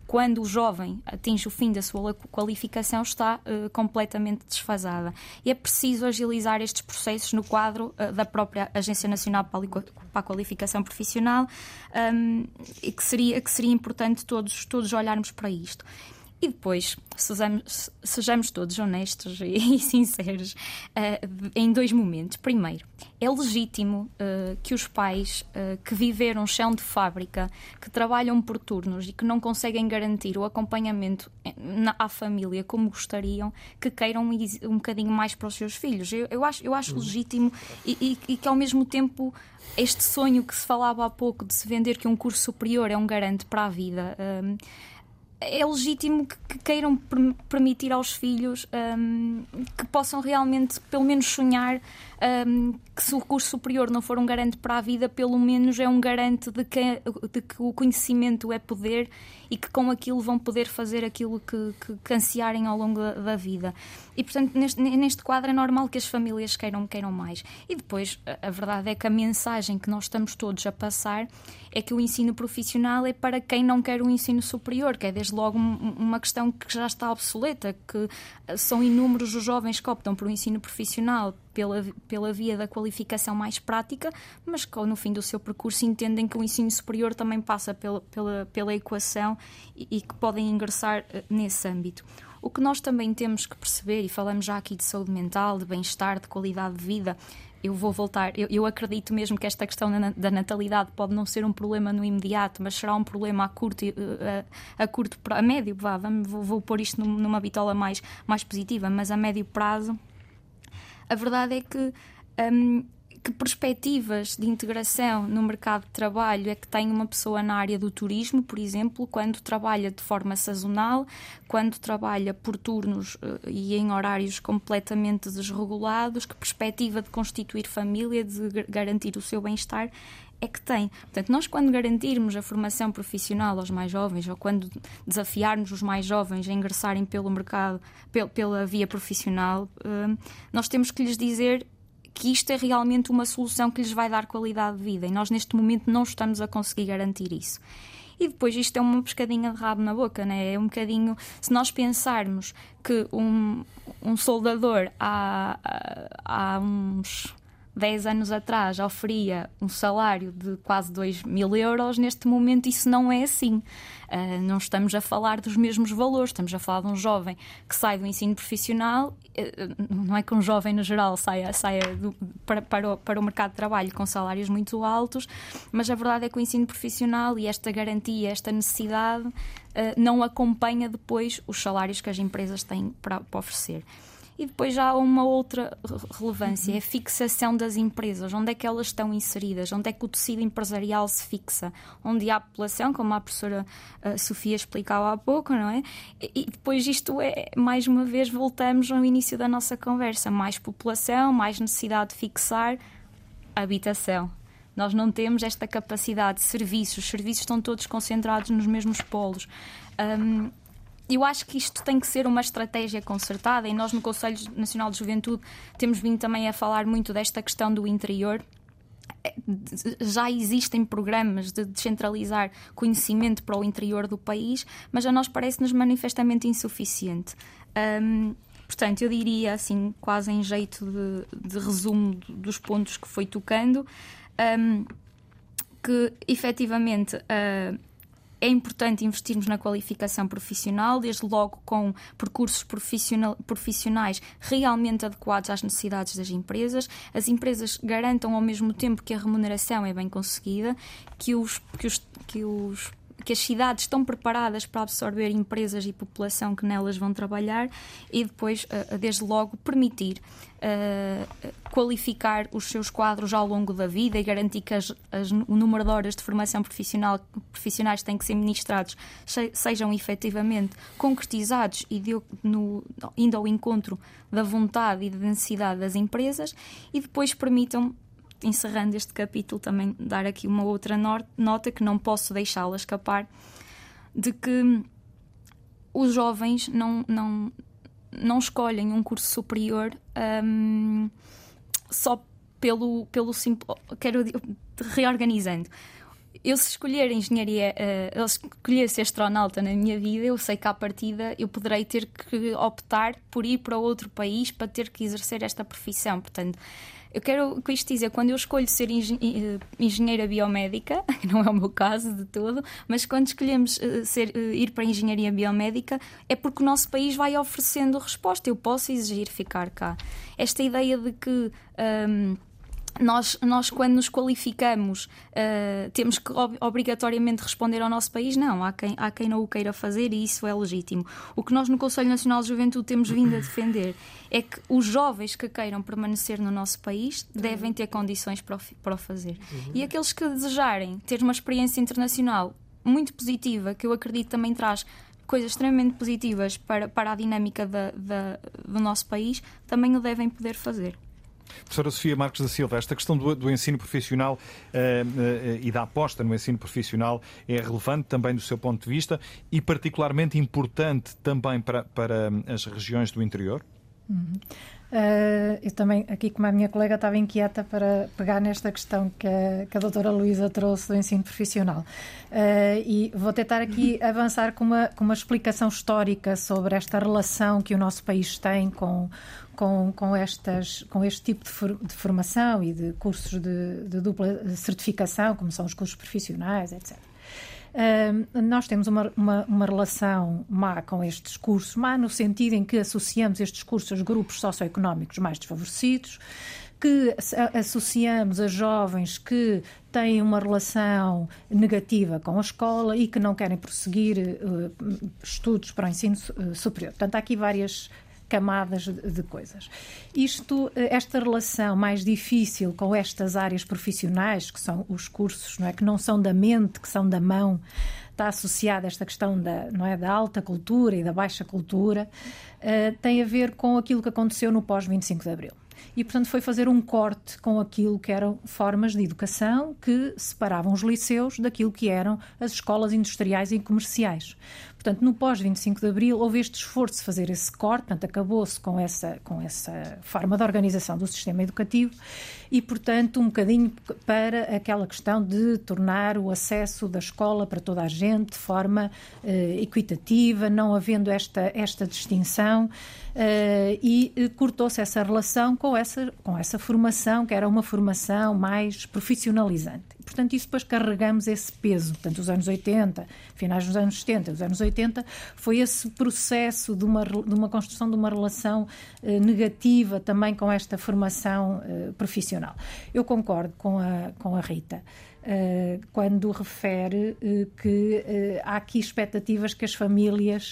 quando o jovem atinge o fim da sua qualificação, está uh, completamente desfasada. E é preciso agilizar estes processos no quadro uh, da própria Agência Nacional para a Qualificação Profissional, um, e que seria, que seria importante todos, todos olharmos para isto. E depois, sejamos, sejamos todos honestos e, e sinceros uh, em dois momentos. Primeiro, é legítimo uh, que os pais uh, que viveram chão de fábrica, que trabalham por turnos e que não conseguem garantir o acompanhamento na, à família como gostariam, que queiram um, um bocadinho mais para os seus filhos. Eu, eu acho, eu acho legítimo e, e, e que, ao mesmo tempo, este sonho que se falava há pouco de se vender que um curso superior é um garante para a vida... Um, é legítimo que, que queiram per- permitir aos filhos um, que possam realmente, pelo menos, sonhar um, que se o curso superior não for um garante para a vida, pelo menos é um garante de que, de que o conhecimento é poder e que com aquilo vão poder fazer aquilo que, que, que ansiarem ao longo da, da vida. E, portanto, neste, neste quadro é normal que as famílias queiram, queiram mais. E depois, a, a verdade é que a mensagem que nós estamos todos a passar é que o ensino profissional é para quem não quer o ensino superior, que é desde logo um, uma questão que já está obsoleta, que são inúmeros os jovens que optam por um ensino profissional pela, pela via da qualificação mais prática, mas que no fim do seu percurso entendem que o ensino superior também passa pela, pela, pela equação e, e que podem ingressar nesse âmbito. O que nós também temos que perceber, e falamos já aqui de saúde mental, de bem-estar, de qualidade de vida, eu vou voltar, eu, eu acredito mesmo que esta questão da, da natalidade pode não ser um problema no imediato, mas será um problema a curto, a, a curto a médio, vá, vamos, vou, vou pôr isto numa bitola mais, mais positiva, mas a médio prazo, a verdade é que um, que perspectivas de integração no mercado de trabalho é que tem uma pessoa na área do turismo, por exemplo, quando trabalha de forma sazonal, quando trabalha por turnos uh, e em horários completamente desregulados, que perspectiva de constituir família, de garantir o seu bem-estar é que tem. Portanto, nós quando garantirmos a formação profissional aos mais jovens, ou quando desafiarmos os mais jovens a ingressarem pelo mercado, pel- pela via profissional, uh, nós temos que lhes dizer que isto é realmente uma solução que lhes vai dar qualidade de vida, e nós neste momento não estamos a conseguir garantir isso. E depois isto é uma pescadinha de rabo na boca, né? É um bocadinho, se nós pensarmos que um, um soldador há, há uns dez anos atrás oferia um salário de quase dois mil euros, neste momento isso não é assim. Uh, não estamos a falar dos mesmos valores, estamos a falar de um jovem que sai do ensino profissional, uh, não é que um jovem no geral saia, saia do, para, para, o, para o mercado de trabalho com salários muito altos, mas a verdade é que o ensino profissional e esta garantia, esta necessidade, uh, não acompanha depois os salários que as empresas têm para, para oferecer. E depois já há uma outra relevância, é a fixação das empresas. Onde é que elas estão inseridas? Onde é que o tecido empresarial se fixa? Onde há a população, como a professora uh, Sofia explicava há pouco, não é? E depois isto é, mais uma vez, voltamos ao início da nossa conversa. Mais população, mais necessidade de fixar habitação. Nós não temos esta capacidade de serviços. Os serviços estão todos concentrados nos mesmos polos. Um, Eu acho que isto tem que ser uma estratégia concertada, e nós no Conselho Nacional de Juventude temos vindo também a falar muito desta questão do interior. Já existem programas de descentralizar conhecimento para o interior do país, mas a nós parece-nos manifestamente insuficiente. Um, portanto, eu diria, assim, quase em jeito de, de resumo dos pontos que foi tocando, um, que efetivamente Uh, é importante investirmos na qualificação profissional, desde logo com percursos profissional, profissionais realmente adequados às necessidades das empresas. As empresas garantam ao mesmo tempo que a remuneração é bem conseguida, que, os, que, os, que, os, que as cidades estão preparadas para absorver empresas e população que nelas vão trabalhar, e depois, desde logo, permitir Uh, qualificar os seus quadros ao longo da vida e garantir que as, as, o número de horas de formação profissional, profissionais que têm que ser ministrados se, sejam efetivamente concretizados e de, no, indo ao encontro da vontade e da necessidade das empresas. E depois permitam, encerrando este capítulo, também dar aqui uma outra nota que não posso deixá-la escapar, de que os jovens não... não não escolhem um curso superior um, só pelo, pelo simples... Quero reorganizando. eu se escolher engenharia, uh, eu escolher ser astronauta na minha vida, eu sei que à partida eu poderei ter que optar por ir para outro país para ter que exercer esta profissão. Portanto, eu quero com isto dizer, quando eu escolho ser engenheira biomédica, que não é o meu caso de todo, mas quando escolhemos ser, ir para a engenharia biomédica, é porque o nosso país vai oferecendo resposta. Eu posso exigir ficar cá. Esta ideia de que... Um, Nós, nós, quando nos qualificamos, uh, temos que ob- obrigatoriamente responder ao nosso país? Não, há quem, há quem não o queira fazer e isso é legítimo. O que nós no Conselho Nacional de Juventude temos vindo a defender é que os jovens que queiram permanecer no nosso país devem ter condições para o, para o fazer. E aqueles que desejarem ter uma experiência internacional muito positiva, que eu acredito também traz coisas extremamente positivas para, para a dinâmica da, da, do nosso país, também o devem poder fazer. Professora Sofia Marques da Silva, esta questão do, do ensino profissional uh, uh, e da aposta no ensino profissional é relevante também do seu ponto de vista e particularmente importante também para, para as regiões do interior? Uhum. Uh, eu também, aqui como a minha colega, estava inquieta para pegar nesta questão que a, que a doutora Luísa trouxe do ensino profissional. Uh, e vou tentar aqui avançar com uma, com uma explicação histórica sobre esta relação que o nosso país tem com, com, com, estas, com este tipo de, for, de formação e de cursos de, de dupla certificação, como são os cursos profissionais, etcétera. Uh, nós temos uma, uma, uma relação má com estes cursos, má no sentido em que associamos estes cursos aos grupos socioeconómicos mais desfavorecidos, que associamos a jovens que têm uma relação negativa com a escola e que não querem prosseguir uh, estudos para o ensino superior. Portanto, há aqui várias camadas de coisas. Isto, esta relação mais difícil com estas áreas profissionais, que são os cursos, não é, que não são da mente, que são da mão, está associada a esta questão da, não é, da alta cultura e da baixa cultura, uh, tem a ver com aquilo que aconteceu no pós vinte e cinco de Abril. E, portanto, foi fazer um corte com aquilo que eram formas de educação que separavam os liceus daquilo que eram as escolas industriais e comerciais. Portanto, no pós vinte e cinco de Abril houve este esforço de fazer esse corte, portanto, acabou-se com essa, com essa forma de organização do sistema educativo e, portanto, um bocadinho para aquela questão de tornar o acesso da escola para toda a gente de forma eh, equitativa, não havendo esta, esta distinção eh, e eh, cortou-se essa relação com essa, com essa formação, que era uma formação mais profissionalizante. Portanto, isso depois carregamos esse peso. Portanto, os anos oitenta, finais dos anos setenta, os anos oitenta, foi esse processo de uma, de uma construção de uma relação eh, negativa também com esta formação eh, profissional. Eu concordo com a, com a Rita. Uh, quando refere uh, que uh, há aqui expectativas que as famílias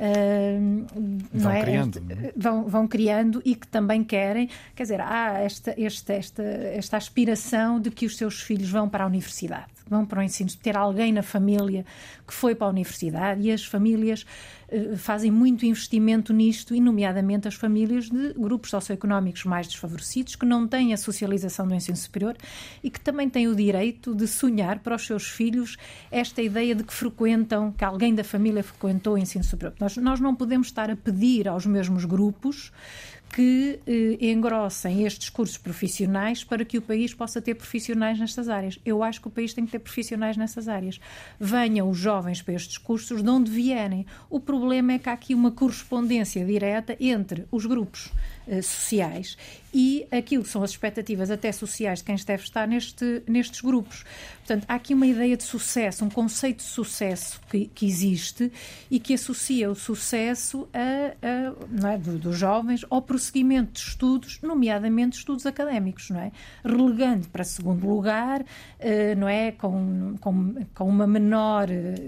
uh, vão, não é? criando, este, não é? vão, vão criando e que também querem, quer dizer, há esta, esta, esta, esta aspiração de que os seus filhos vão para a universidade, vão para o ensino, ter alguém na família que foi para a universidade e as famílias uh, fazem muito investimento nisto, e nomeadamente as famílias de grupos socioeconómicos mais desfavorecidos que não têm a socialização do ensino superior e que também têm o direito de sonhar para os seus filhos esta ideia de que frequentam, que alguém da família frequentou o ensino superior. Nós, nós não podemos estar a pedir aos mesmos grupos que eh, engrossem estes cursos profissionais para que o país possa ter profissionais nestas áreas. Eu acho que o país tem que ter profissionais nessas áreas. Venham os jovens para estes cursos de onde vierem. O problema é que há aqui uma correspondência direta entre os grupos eh, sociais e aquilo que são as expectativas até sociais de quem deve estar neste, nestes grupos. Portanto, há aqui uma ideia de sucesso, um conceito de sucesso que, que existe e que associa o sucesso a, a, não é, do, dos jovens ao prosseguimento de estudos, nomeadamente estudos académicos, não é? Relegando para segundo lugar, uh, não é? Com, com, com uma menor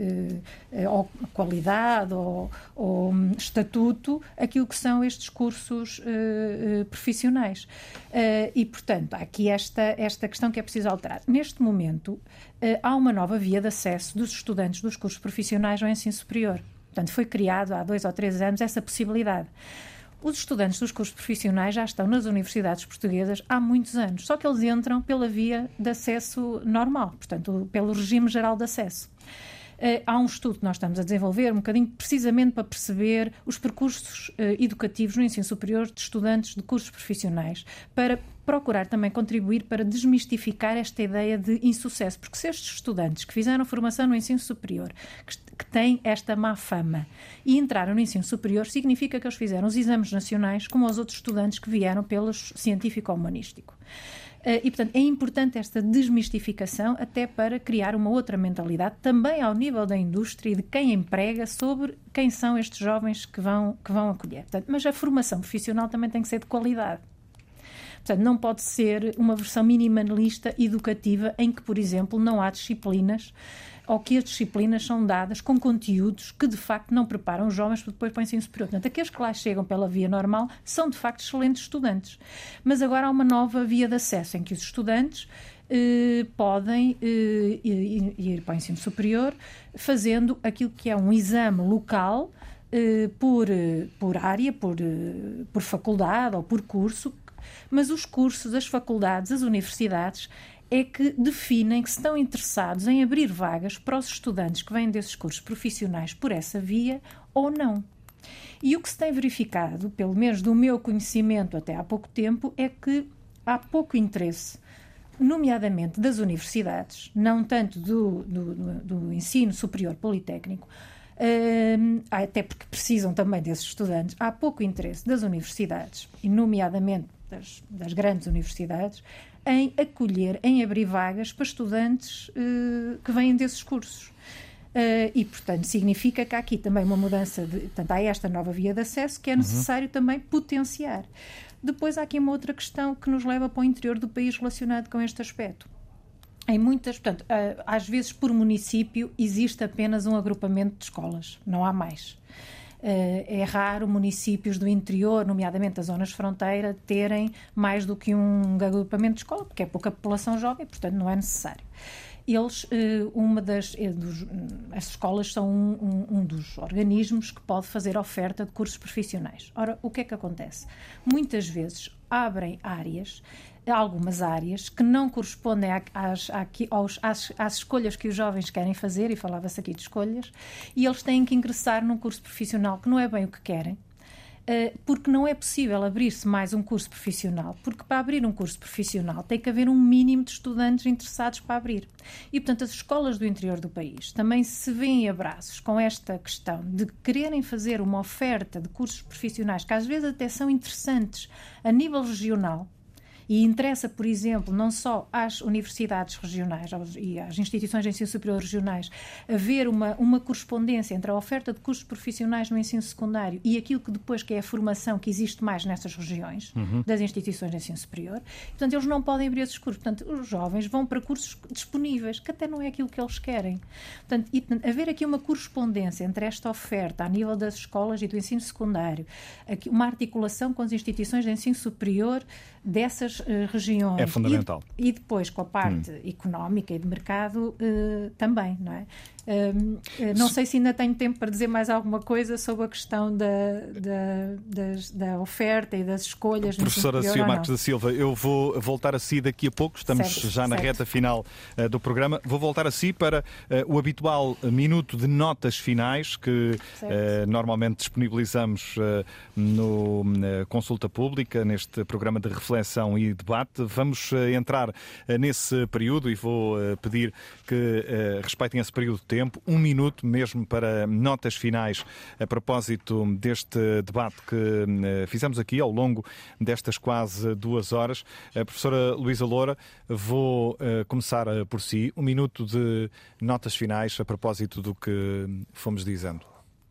uh, uh, qualidade ou, ou um, estatuto aquilo que são estes cursos uh, uh, profissionais. Uh, e, portanto, há aqui esta, esta questão que é preciso alterar. Neste momento, uh, há uma nova via de acesso dos estudantes dos cursos profissionais ao ensino superior. Portanto, foi criado há dois ou três anos essa possibilidade. Os estudantes dos cursos profissionais já estão nas universidades portuguesas há muitos anos, só que eles entram pela via de acesso normal, portanto, pelo regime geral de acesso. Há um estudo que nós estamos a desenvolver, um bocadinho precisamente para perceber os percursos educativos no ensino superior de estudantes de cursos profissionais, para procurar também contribuir para desmistificar esta ideia de insucesso, porque se estes estudantes que fizeram formação no ensino superior, que, que têm esta má fama, e entraram no ensino superior, significa que eles fizeram os exames nacionais como os outros estudantes que vieram pelos científico-humanístico. E, portanto, é importante esta desmistificação até para criar uma outra mentalidade, também ao nível da indústria e de quem emprega, sobre quem são estes jovens que vão, que vão acolher. Portanto, mas a formação profissional também tem que ser de qualidade. Portanto, não pode ser uma versão minimalista educativa em que, por exemplo, não há disciplinas, ou que as disciplinas são dadas com conteúdos que, de facto, não preparam os jovens para depois para o ensino superior. Portanto, aqueles que lá chegam pela via normal são, de facto, excelentes estudantes. Mas agora há uma nova via de acesso em que os estudantes eh, podem eh, ir, ir para o ensino superior fazendo aquilo que é um exame local eh, por, por área, por, por faculdade ou por curso, mas os cursos, as faculdades, as universidades é que definem que estão interessados em abrir vagas para os estudantes que vêm desses cursos profissionais por essa via ou não. E o que se tem verificado, pelo menos do meu conhecimento até há pouco tempo, é que há pouco interesse, nomeadamente das universidades, não tanto do, do, do ensino superior politécnico, Uh, até porque precisam também desses estudantes, há pouco interesse das universidades, e nomeadamente das, das grandes universidades, em acolher, em abrir vagas para estudantes uh, que vêm desses cursos. Uh, e, portanto, significa que há aqui também uma mudança, de, portanto, há esta nova via de acesso que é necessário uhum. também potenciar. Depois há aqui uma outra questão que nos leva para o interior do país relacionado com este aspecto. Em muitas, portanto, às vezes por município existe apenas um agrupamento de escolas, não há mais. É raro municípios do interior, nomeadamente as zonas de fronteira, terem mais do que um agrupamento de escola, porque é pouca população jovem, portanto não é necessário. Eles, uma das, as escolas são um, um, um dos organismos que pode fazer oferta de cursos profissionais. Ora, o que é que acontece? Muitas vezes abrem áreas, algumas áreas que não correspondem às, às, às, às escolhas que os jovens querem fazer, e falava-se aqui de escolhas, e eles têm que ingressar num curso profissional que não é bem o que querem, porque não é possível abrir-se mais um curso profissional, porque para abrir um curso profissional tem que haver um mínimo de estudantes interessados para abrir. E, portanto, as escolas do interior do país também se veem a braços com esta questão de quererem fazer uma oferta de cursos profissionais que às vezes até são interessantes a nível regional, e interessa, por exemplo, não só às universidades regionais e às instituições de ensino superior regionais haver uma, uma correspondência entre a oferta de cursos profissionais no ensino secundário e aquilo que depois que é a formação que existe mais nessas regiões uhum. das instituições de ensino superior. Portanto, eles não podem abrir esses cursos. Portanto, os jovens vão para cursos disponíveis, que até não é aquilo que eles querem. Portanto, e, portanto, haver aqui uma correspondência entre esta oferta a nível das escolas e do ensino secundário, aqui uma articulação com as instituições de ensino superior dessas uh, regiões. É fundamental. E, e depois com a parte hum. económica e de mercado uh, também, não é? Um, não sei se ainda tenho tempo para dizer mais alguma coisa sobre a questão da, da, das, da oferta e das escolhas. Professora Sofia Marques da Silva, eu vou voltar a si daqui a pouco, estamos certo, já na certo. reta final uh, do programa. Vou voltar a si para uh, o habitual minuto de notas finais que uh, normalmente disponibilizamos uh, no uh, Consulta Pública, neste programa de reflexão e debate. Vamos uh, entrar uh, nesse período e vou uh, pedir que uh, respeitem esse período de tempo, um minuto mesmo para notas finais a propósito deste debate que uh, fizemos aqui ao longo destas quase duas horas. A professora Luísa Loura, vou uh, começar uh, por si. Um minuto de notas finais a propósito do que fomos dizendo.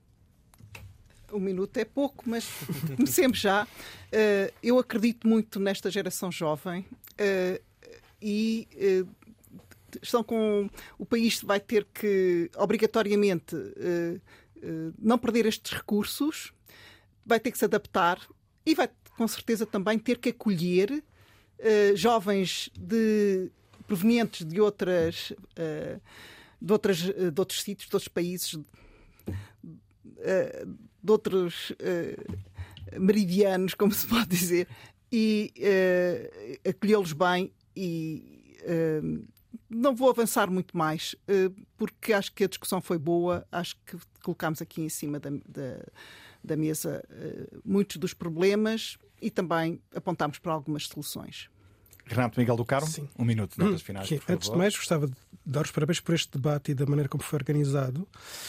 Um minuto é pouco, mas comecemos já. Uh, eu acredito muito nesta geração jovem uh, e uh, estão com... O país vai ter que, obrigatoriamente, uh, uh, não perder estes recursos, vai ter que se adaptar e vai, com certeza, também ter que acolher uh, jovens de, provenientes de outras, uh, de, outras, de outros sítios, de outros países, uh, de outros uh, meridianos, como se pode dizer, e uh, acolhê-los bem e... Uh, não vou avançar muito mais, porque acho que a discussão foi boa, acho que colocámos aqui em cima da, da, da mesa muitos dos problemas e também apontámos para algumas soluções. Renato Miguel do Carmo, Sim. um minuto de notas finais, Sim. por favor. Antes de mais, gostava de dar os parabéns por este debate e da maneira como foi organizado.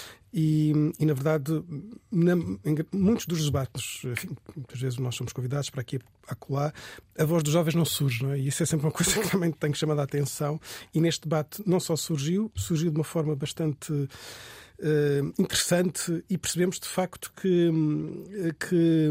E, e na verdade, na, em muitos dos debates, enfim, muitas vezes nós somos convidados para aqui a colar, a voz dos jovens não surge, não é? E isso é sempre uma coisa que também tem que chamar a atenção. E neste debate não só surgiu, surgiu de uma forma bastante uh, interessante e percebemos de facto que, que,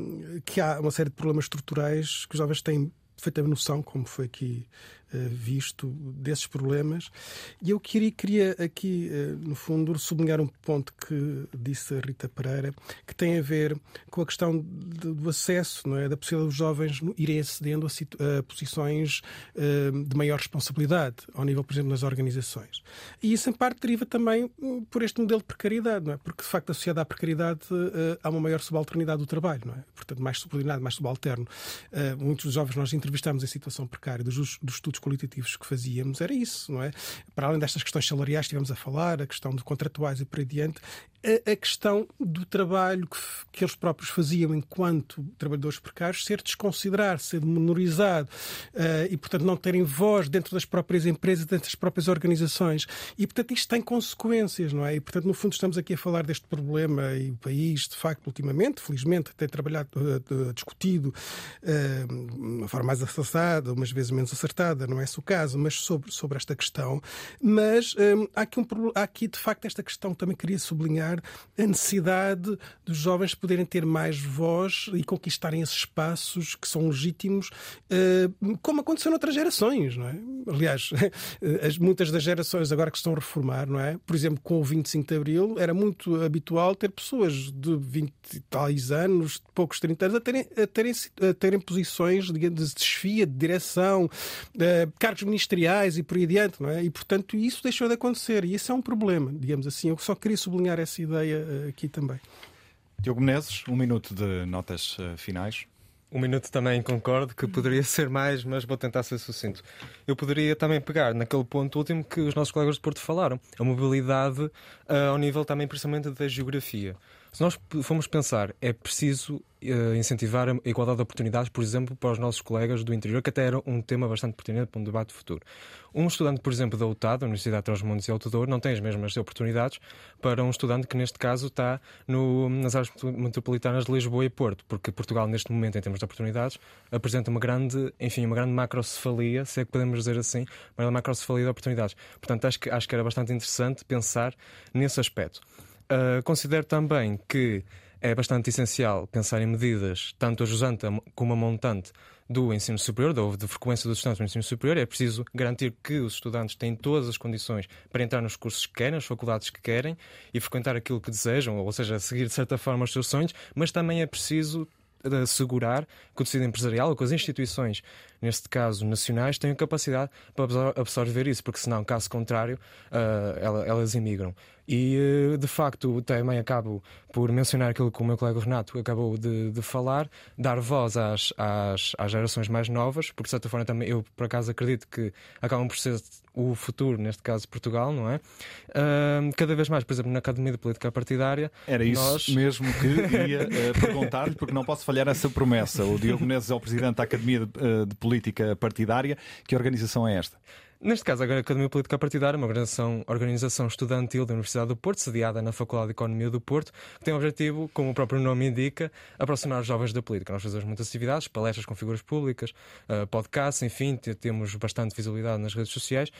que há uma série de problemas estruturais que os jovens têm feita noção, como foi aqui uh, visto, desses problemas. E eu queria, queria aqui, uh, no fundo, sublinhar um ponto que disse a Rita Pereira, que tem a ver com a questão de, do acesso, não é? Da possibilidade dos jovens irem acedendo a, situ- a posições uh, de maior responsabilidade, ao nível, por exemplo, das organizações. E isso, em parte, deriva também um, por este modelo de precariedade, não é? Porque, de facto, associado à precariedade uh, há uma maior subalternidade do trabalho, não é? Portanto, mais subordinado, mais subalterno. Uh, muitos dos jovens nós entrevistámos em situação precária, dos, dos estudos qualitativos que fazíamos, era isso, não é? Para além destas questões salariais que estivemos a falar, a questão de contratuais e por aí adiante, a, a questão do trabalho que, que eles próprios faziam enquanto trabalhadores precários ser desconsiderado, ser menorizado uh, e, portanto, não terem voz dentro das próprias empresas, dentro das próprias organizações. E, portanto, isto tem consequências, não é? E, portanto, no fundo, estamos aqui a falar deste problema e o país, de facto, ultimamente, felizmente, tem trabalhado, uh, discutido uh, de uma forma mais acertada, umas vezes menos acertada, não é esse o caso, mas sobre, sobre esta questão. Mas hum, há, aqui um, há aqui, de facto, esta questão que também queria sublinhar, a necessidade dos jovens poderem ter mais voz e conquistarem esses espaços que são legítimos, uh, como aconteceu noutras gerações, não é? Aliás, as, muitas das gerações agora que estão a reformar, não é? Por exemplo, com o vinte e cinco de Abril, era muito habitual ter pessoas de vinte e tais anos, de poucos trinta anos, a terem, a terem, a terem posições de desfia, de direção, uh, cargos ministeriais e por aí adiante, não é? E, portanto, isso deixou de acontecer. E isso é um problema, digamos assim. Eu só queria sublinhar essa ideia uh, aqui também. Diogo Menezes, um minuto de notas uh, finais. Um minuto também concordo que poderia ser mais, mas vou tentar ser sucinto. Eu poderia também pegar naquele ponto último que os nossos colegas de Porto falaram, a mobilidade uh, ao nível também, principalmente, da geografia. Se nós formos pensar, é preciso uh, incentivar a igualdade de oportunidades, por exemplo, para os nossos colegas do interior, que até era um tema bastante pertinente para um debate futuro. Um estudante, por exemplo, da U T A D, da Universidade de Trás-os-Montes e Alto Douro, não tem as mesmas oportunidades para um estudante que, neste caso, está no, nas áreas metropolitanas de Lisboa e Porto, porque Portugal, neste momento, em termos de oportunidades, apresenta uma grande, enfim, uma grande macrocefalia, se é que podemos dizer assim, uma grande macrocefalia de oportunidades. Portanto, acho que, acho que era bastante interessante pensar nesse aspecto. Uh, considero também que é bastante essencial pensar em medidas, tanto ajusante como a montante do ensino superior, da, da frequência dos estudantes no ensino superior. É preciso garantir que os estudantes têm todas as condições para entrar nos cursos que querem, nas faculdades que querem e frequentar aquilo que desejam, ou seja, seguir de certa forma os seus sonhos, mas também é preciso de assegurar que o tecido empresarial ou que as instituições, neste caso nacionais, tenham capacidade para absorver isso, porque senão, caso contrário, uh, elas imigram. E, de facto, também acabo por mencionar aquilo que o meu colega Renato acabou de, de falar, dar voz às, às, às gerações mais novas, porque, de certa forma, também eu, por acaso, acredito que acabam por ser o futuro, neste caso, Portugal, não é? Uh, cada vez mais, por exemplo, na Academia de Política Partidária... Era isso nós... mesmo que ia uh, perguntar-lhe, porque não posso falhar essa promessa. O Diogo Menezes é o Presidente da Academia de, uh, de Política Partidária. Que organização é esta? Neste caso, a Academia Política Partidária é uma organização, organização estudantil da Universidade do Porto, sediada na Faculdade de Economia do Porto, que tem o objetivo, como o próprio nome indica, aproximar os jovens da política. Nós fazemos muitas atividades, palestras com figuras públicas, podcasts, enfim, temos bastante visibilidade nas redes sociais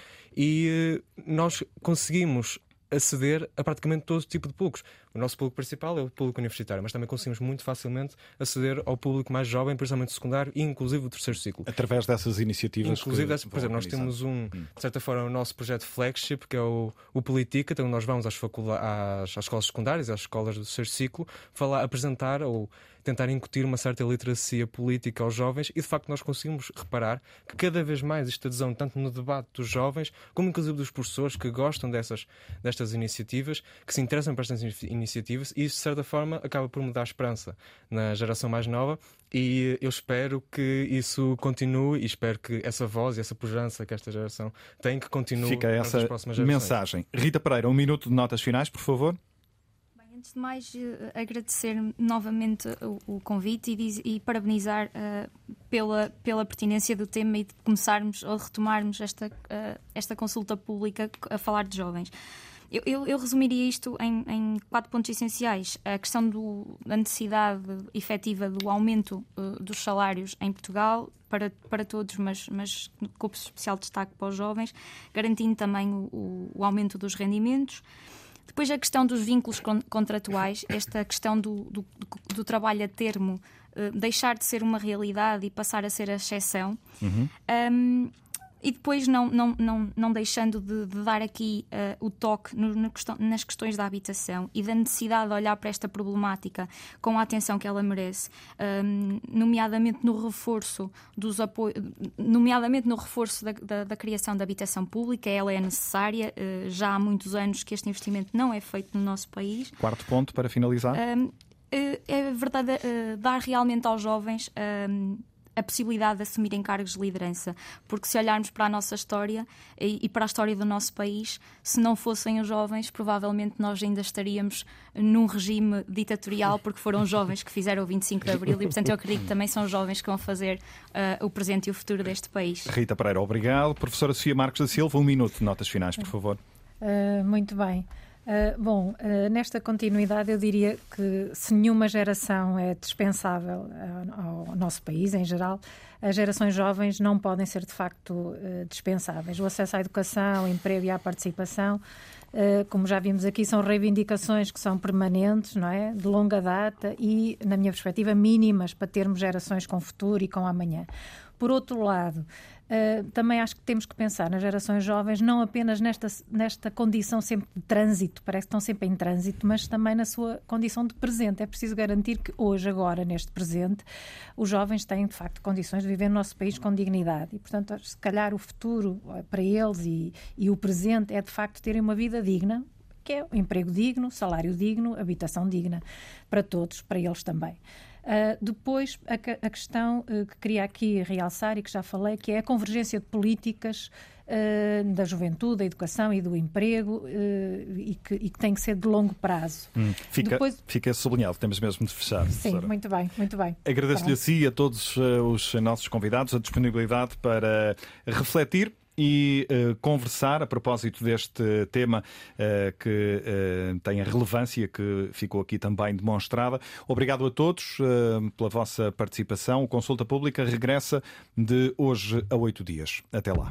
e nós conseguimos aceder a praticamente todo tipo de públicos. O nosso público principal é o público universitário, mas também conseguimos muito facilmente aceder ao público mais jovem, principalmente secundário e inclusive do terceiro ciclo. Através dessas iniciativas. Inclusive, dessa, por exemplo, nós temos um, de certa forma, o nosso projeto flagship, que é o, o Politica, então nós vamos às, faculdades, às, às escolas secundárias, às escolas do terceiro ciclo, falar, apresentar ou tentar incutir uma certa literacia política aos jovens e, de facto, nós conseguimos reparar que cada vez mais esta adesão, tanto no debate dos jovens, como inclusive dos professores que gostam dessas, destas estas iniciativas, que se interessam por estas iniciativas, e isso, de certa forma, acaba por me dar esperança na geração mais nova. E eu espero que isso continue e espero que essa voz e essa pujança que esta geração tem, que continue. Fica essa para as próximas gerações. mensagem. Rita Pereira, um minuto de notas finais, por favor. Antes de mais, agradecer novamente o, o convite e, diz, e parabenizar uh, pela, pela pertinência do tema e de começarmos ou retomarmos esta, uh, esta consulta pública a falar de jovens. Eu, eu, eu resumiria isto em, em quatro pontos essenciais. A questão do, da necessidade efetiva do aumento uh, dos salários em Portugal, para, para todos, mas, mas com especial destaque para os jovens, garantindo também o, o, o aumento dos rendimentos. Depois a questão dos vínculos contratuais, esta questão do, do, do trabalho a termo uh, deixar de ser uma realidade e passar a ser a exceção. Uhum. Um, e depois não, não, não, não deixando de, de dar aqui uh, o toque no, no questão, nas questões da habitação e da necessidade de olhar para esta problemática com a atenção que ela merece, um, nomeadamente no reforço dos apoios, nomeadamente no reforço da, da, da criação da habitação pública. Ela é necessária, uh, já há muitos anos que este investimento não é feito no nosso país. Quarto ponto para finalizar. Um, é verdade, uh, dar realmente aos jovens um, a possibilidade de assumirem cargos de liderança, porque se olharmos para a nossa história e, e para a história do nosso país, se não fossem os jovens, provavelmente nós ainda estaríamos num regime ditatorial, porque foram os jovens que fizeram o vinte e cinco de Abril e, portanto, eu acredito que também são os jovens que vão fazer uh, o presente e o futuro deste país. Rita Pereira, obrigado. Professora Sofia Marques da Silva, um minuto de notas finais, por favor. Uh, muito bem. Uh, bom, uh, nesta continuidade eu diria que se nenhuma geração é dispensável ao, ao nosso país em geral, as gerações jovens não podem ser de facto uh, dispensáveis. O acesso à educação, ao emprego e à participação, uh, como já vimos aqui, são reivindicações que são permanentes, não é? De longa data e, na minha perspectiva, mínimas para termos gerações com futuro e com amanhã. Por outro lado, Uh, também acho que temos que pensar nas gerações jovens, não apenas nesta, nesta condição sempre de trânsito, parece que estão sempre em trânsito, mas também na sua condição de presente. É preciso garantir que hoje, agora, neste presente, os jovens têm, de facto, condições de viver no nosso país com dignidade. E, portanto, se calhar o futuro para eles e, e o presente é, de facto, terem uma vida digna, que é um emprego digno, salário digno, habitação digna, para todos, para eles também. Uh, depois, a, a questão uh, que queria aqui realçar e que já falei, que é a convergência de políticas uh, da juventude, da educação e do emprego uh, e, que, e que tem que ser de longo prazo. Hum, fica, depois... fica sublinhado, temos mesmo de fechar. Sim, professora. muito bem, muito bem. Agradeço-lhe a si e a todos uh, os nossos convidados a disponibilidade para refletir e uh, conversar a propósito deste tema uh, que uh, tem a relevância que ficou aqui também demonstrada. Obrigado a todos uh, pela vossa participação. O Consulta Pública regressa de hoje a oito dias. Até lá.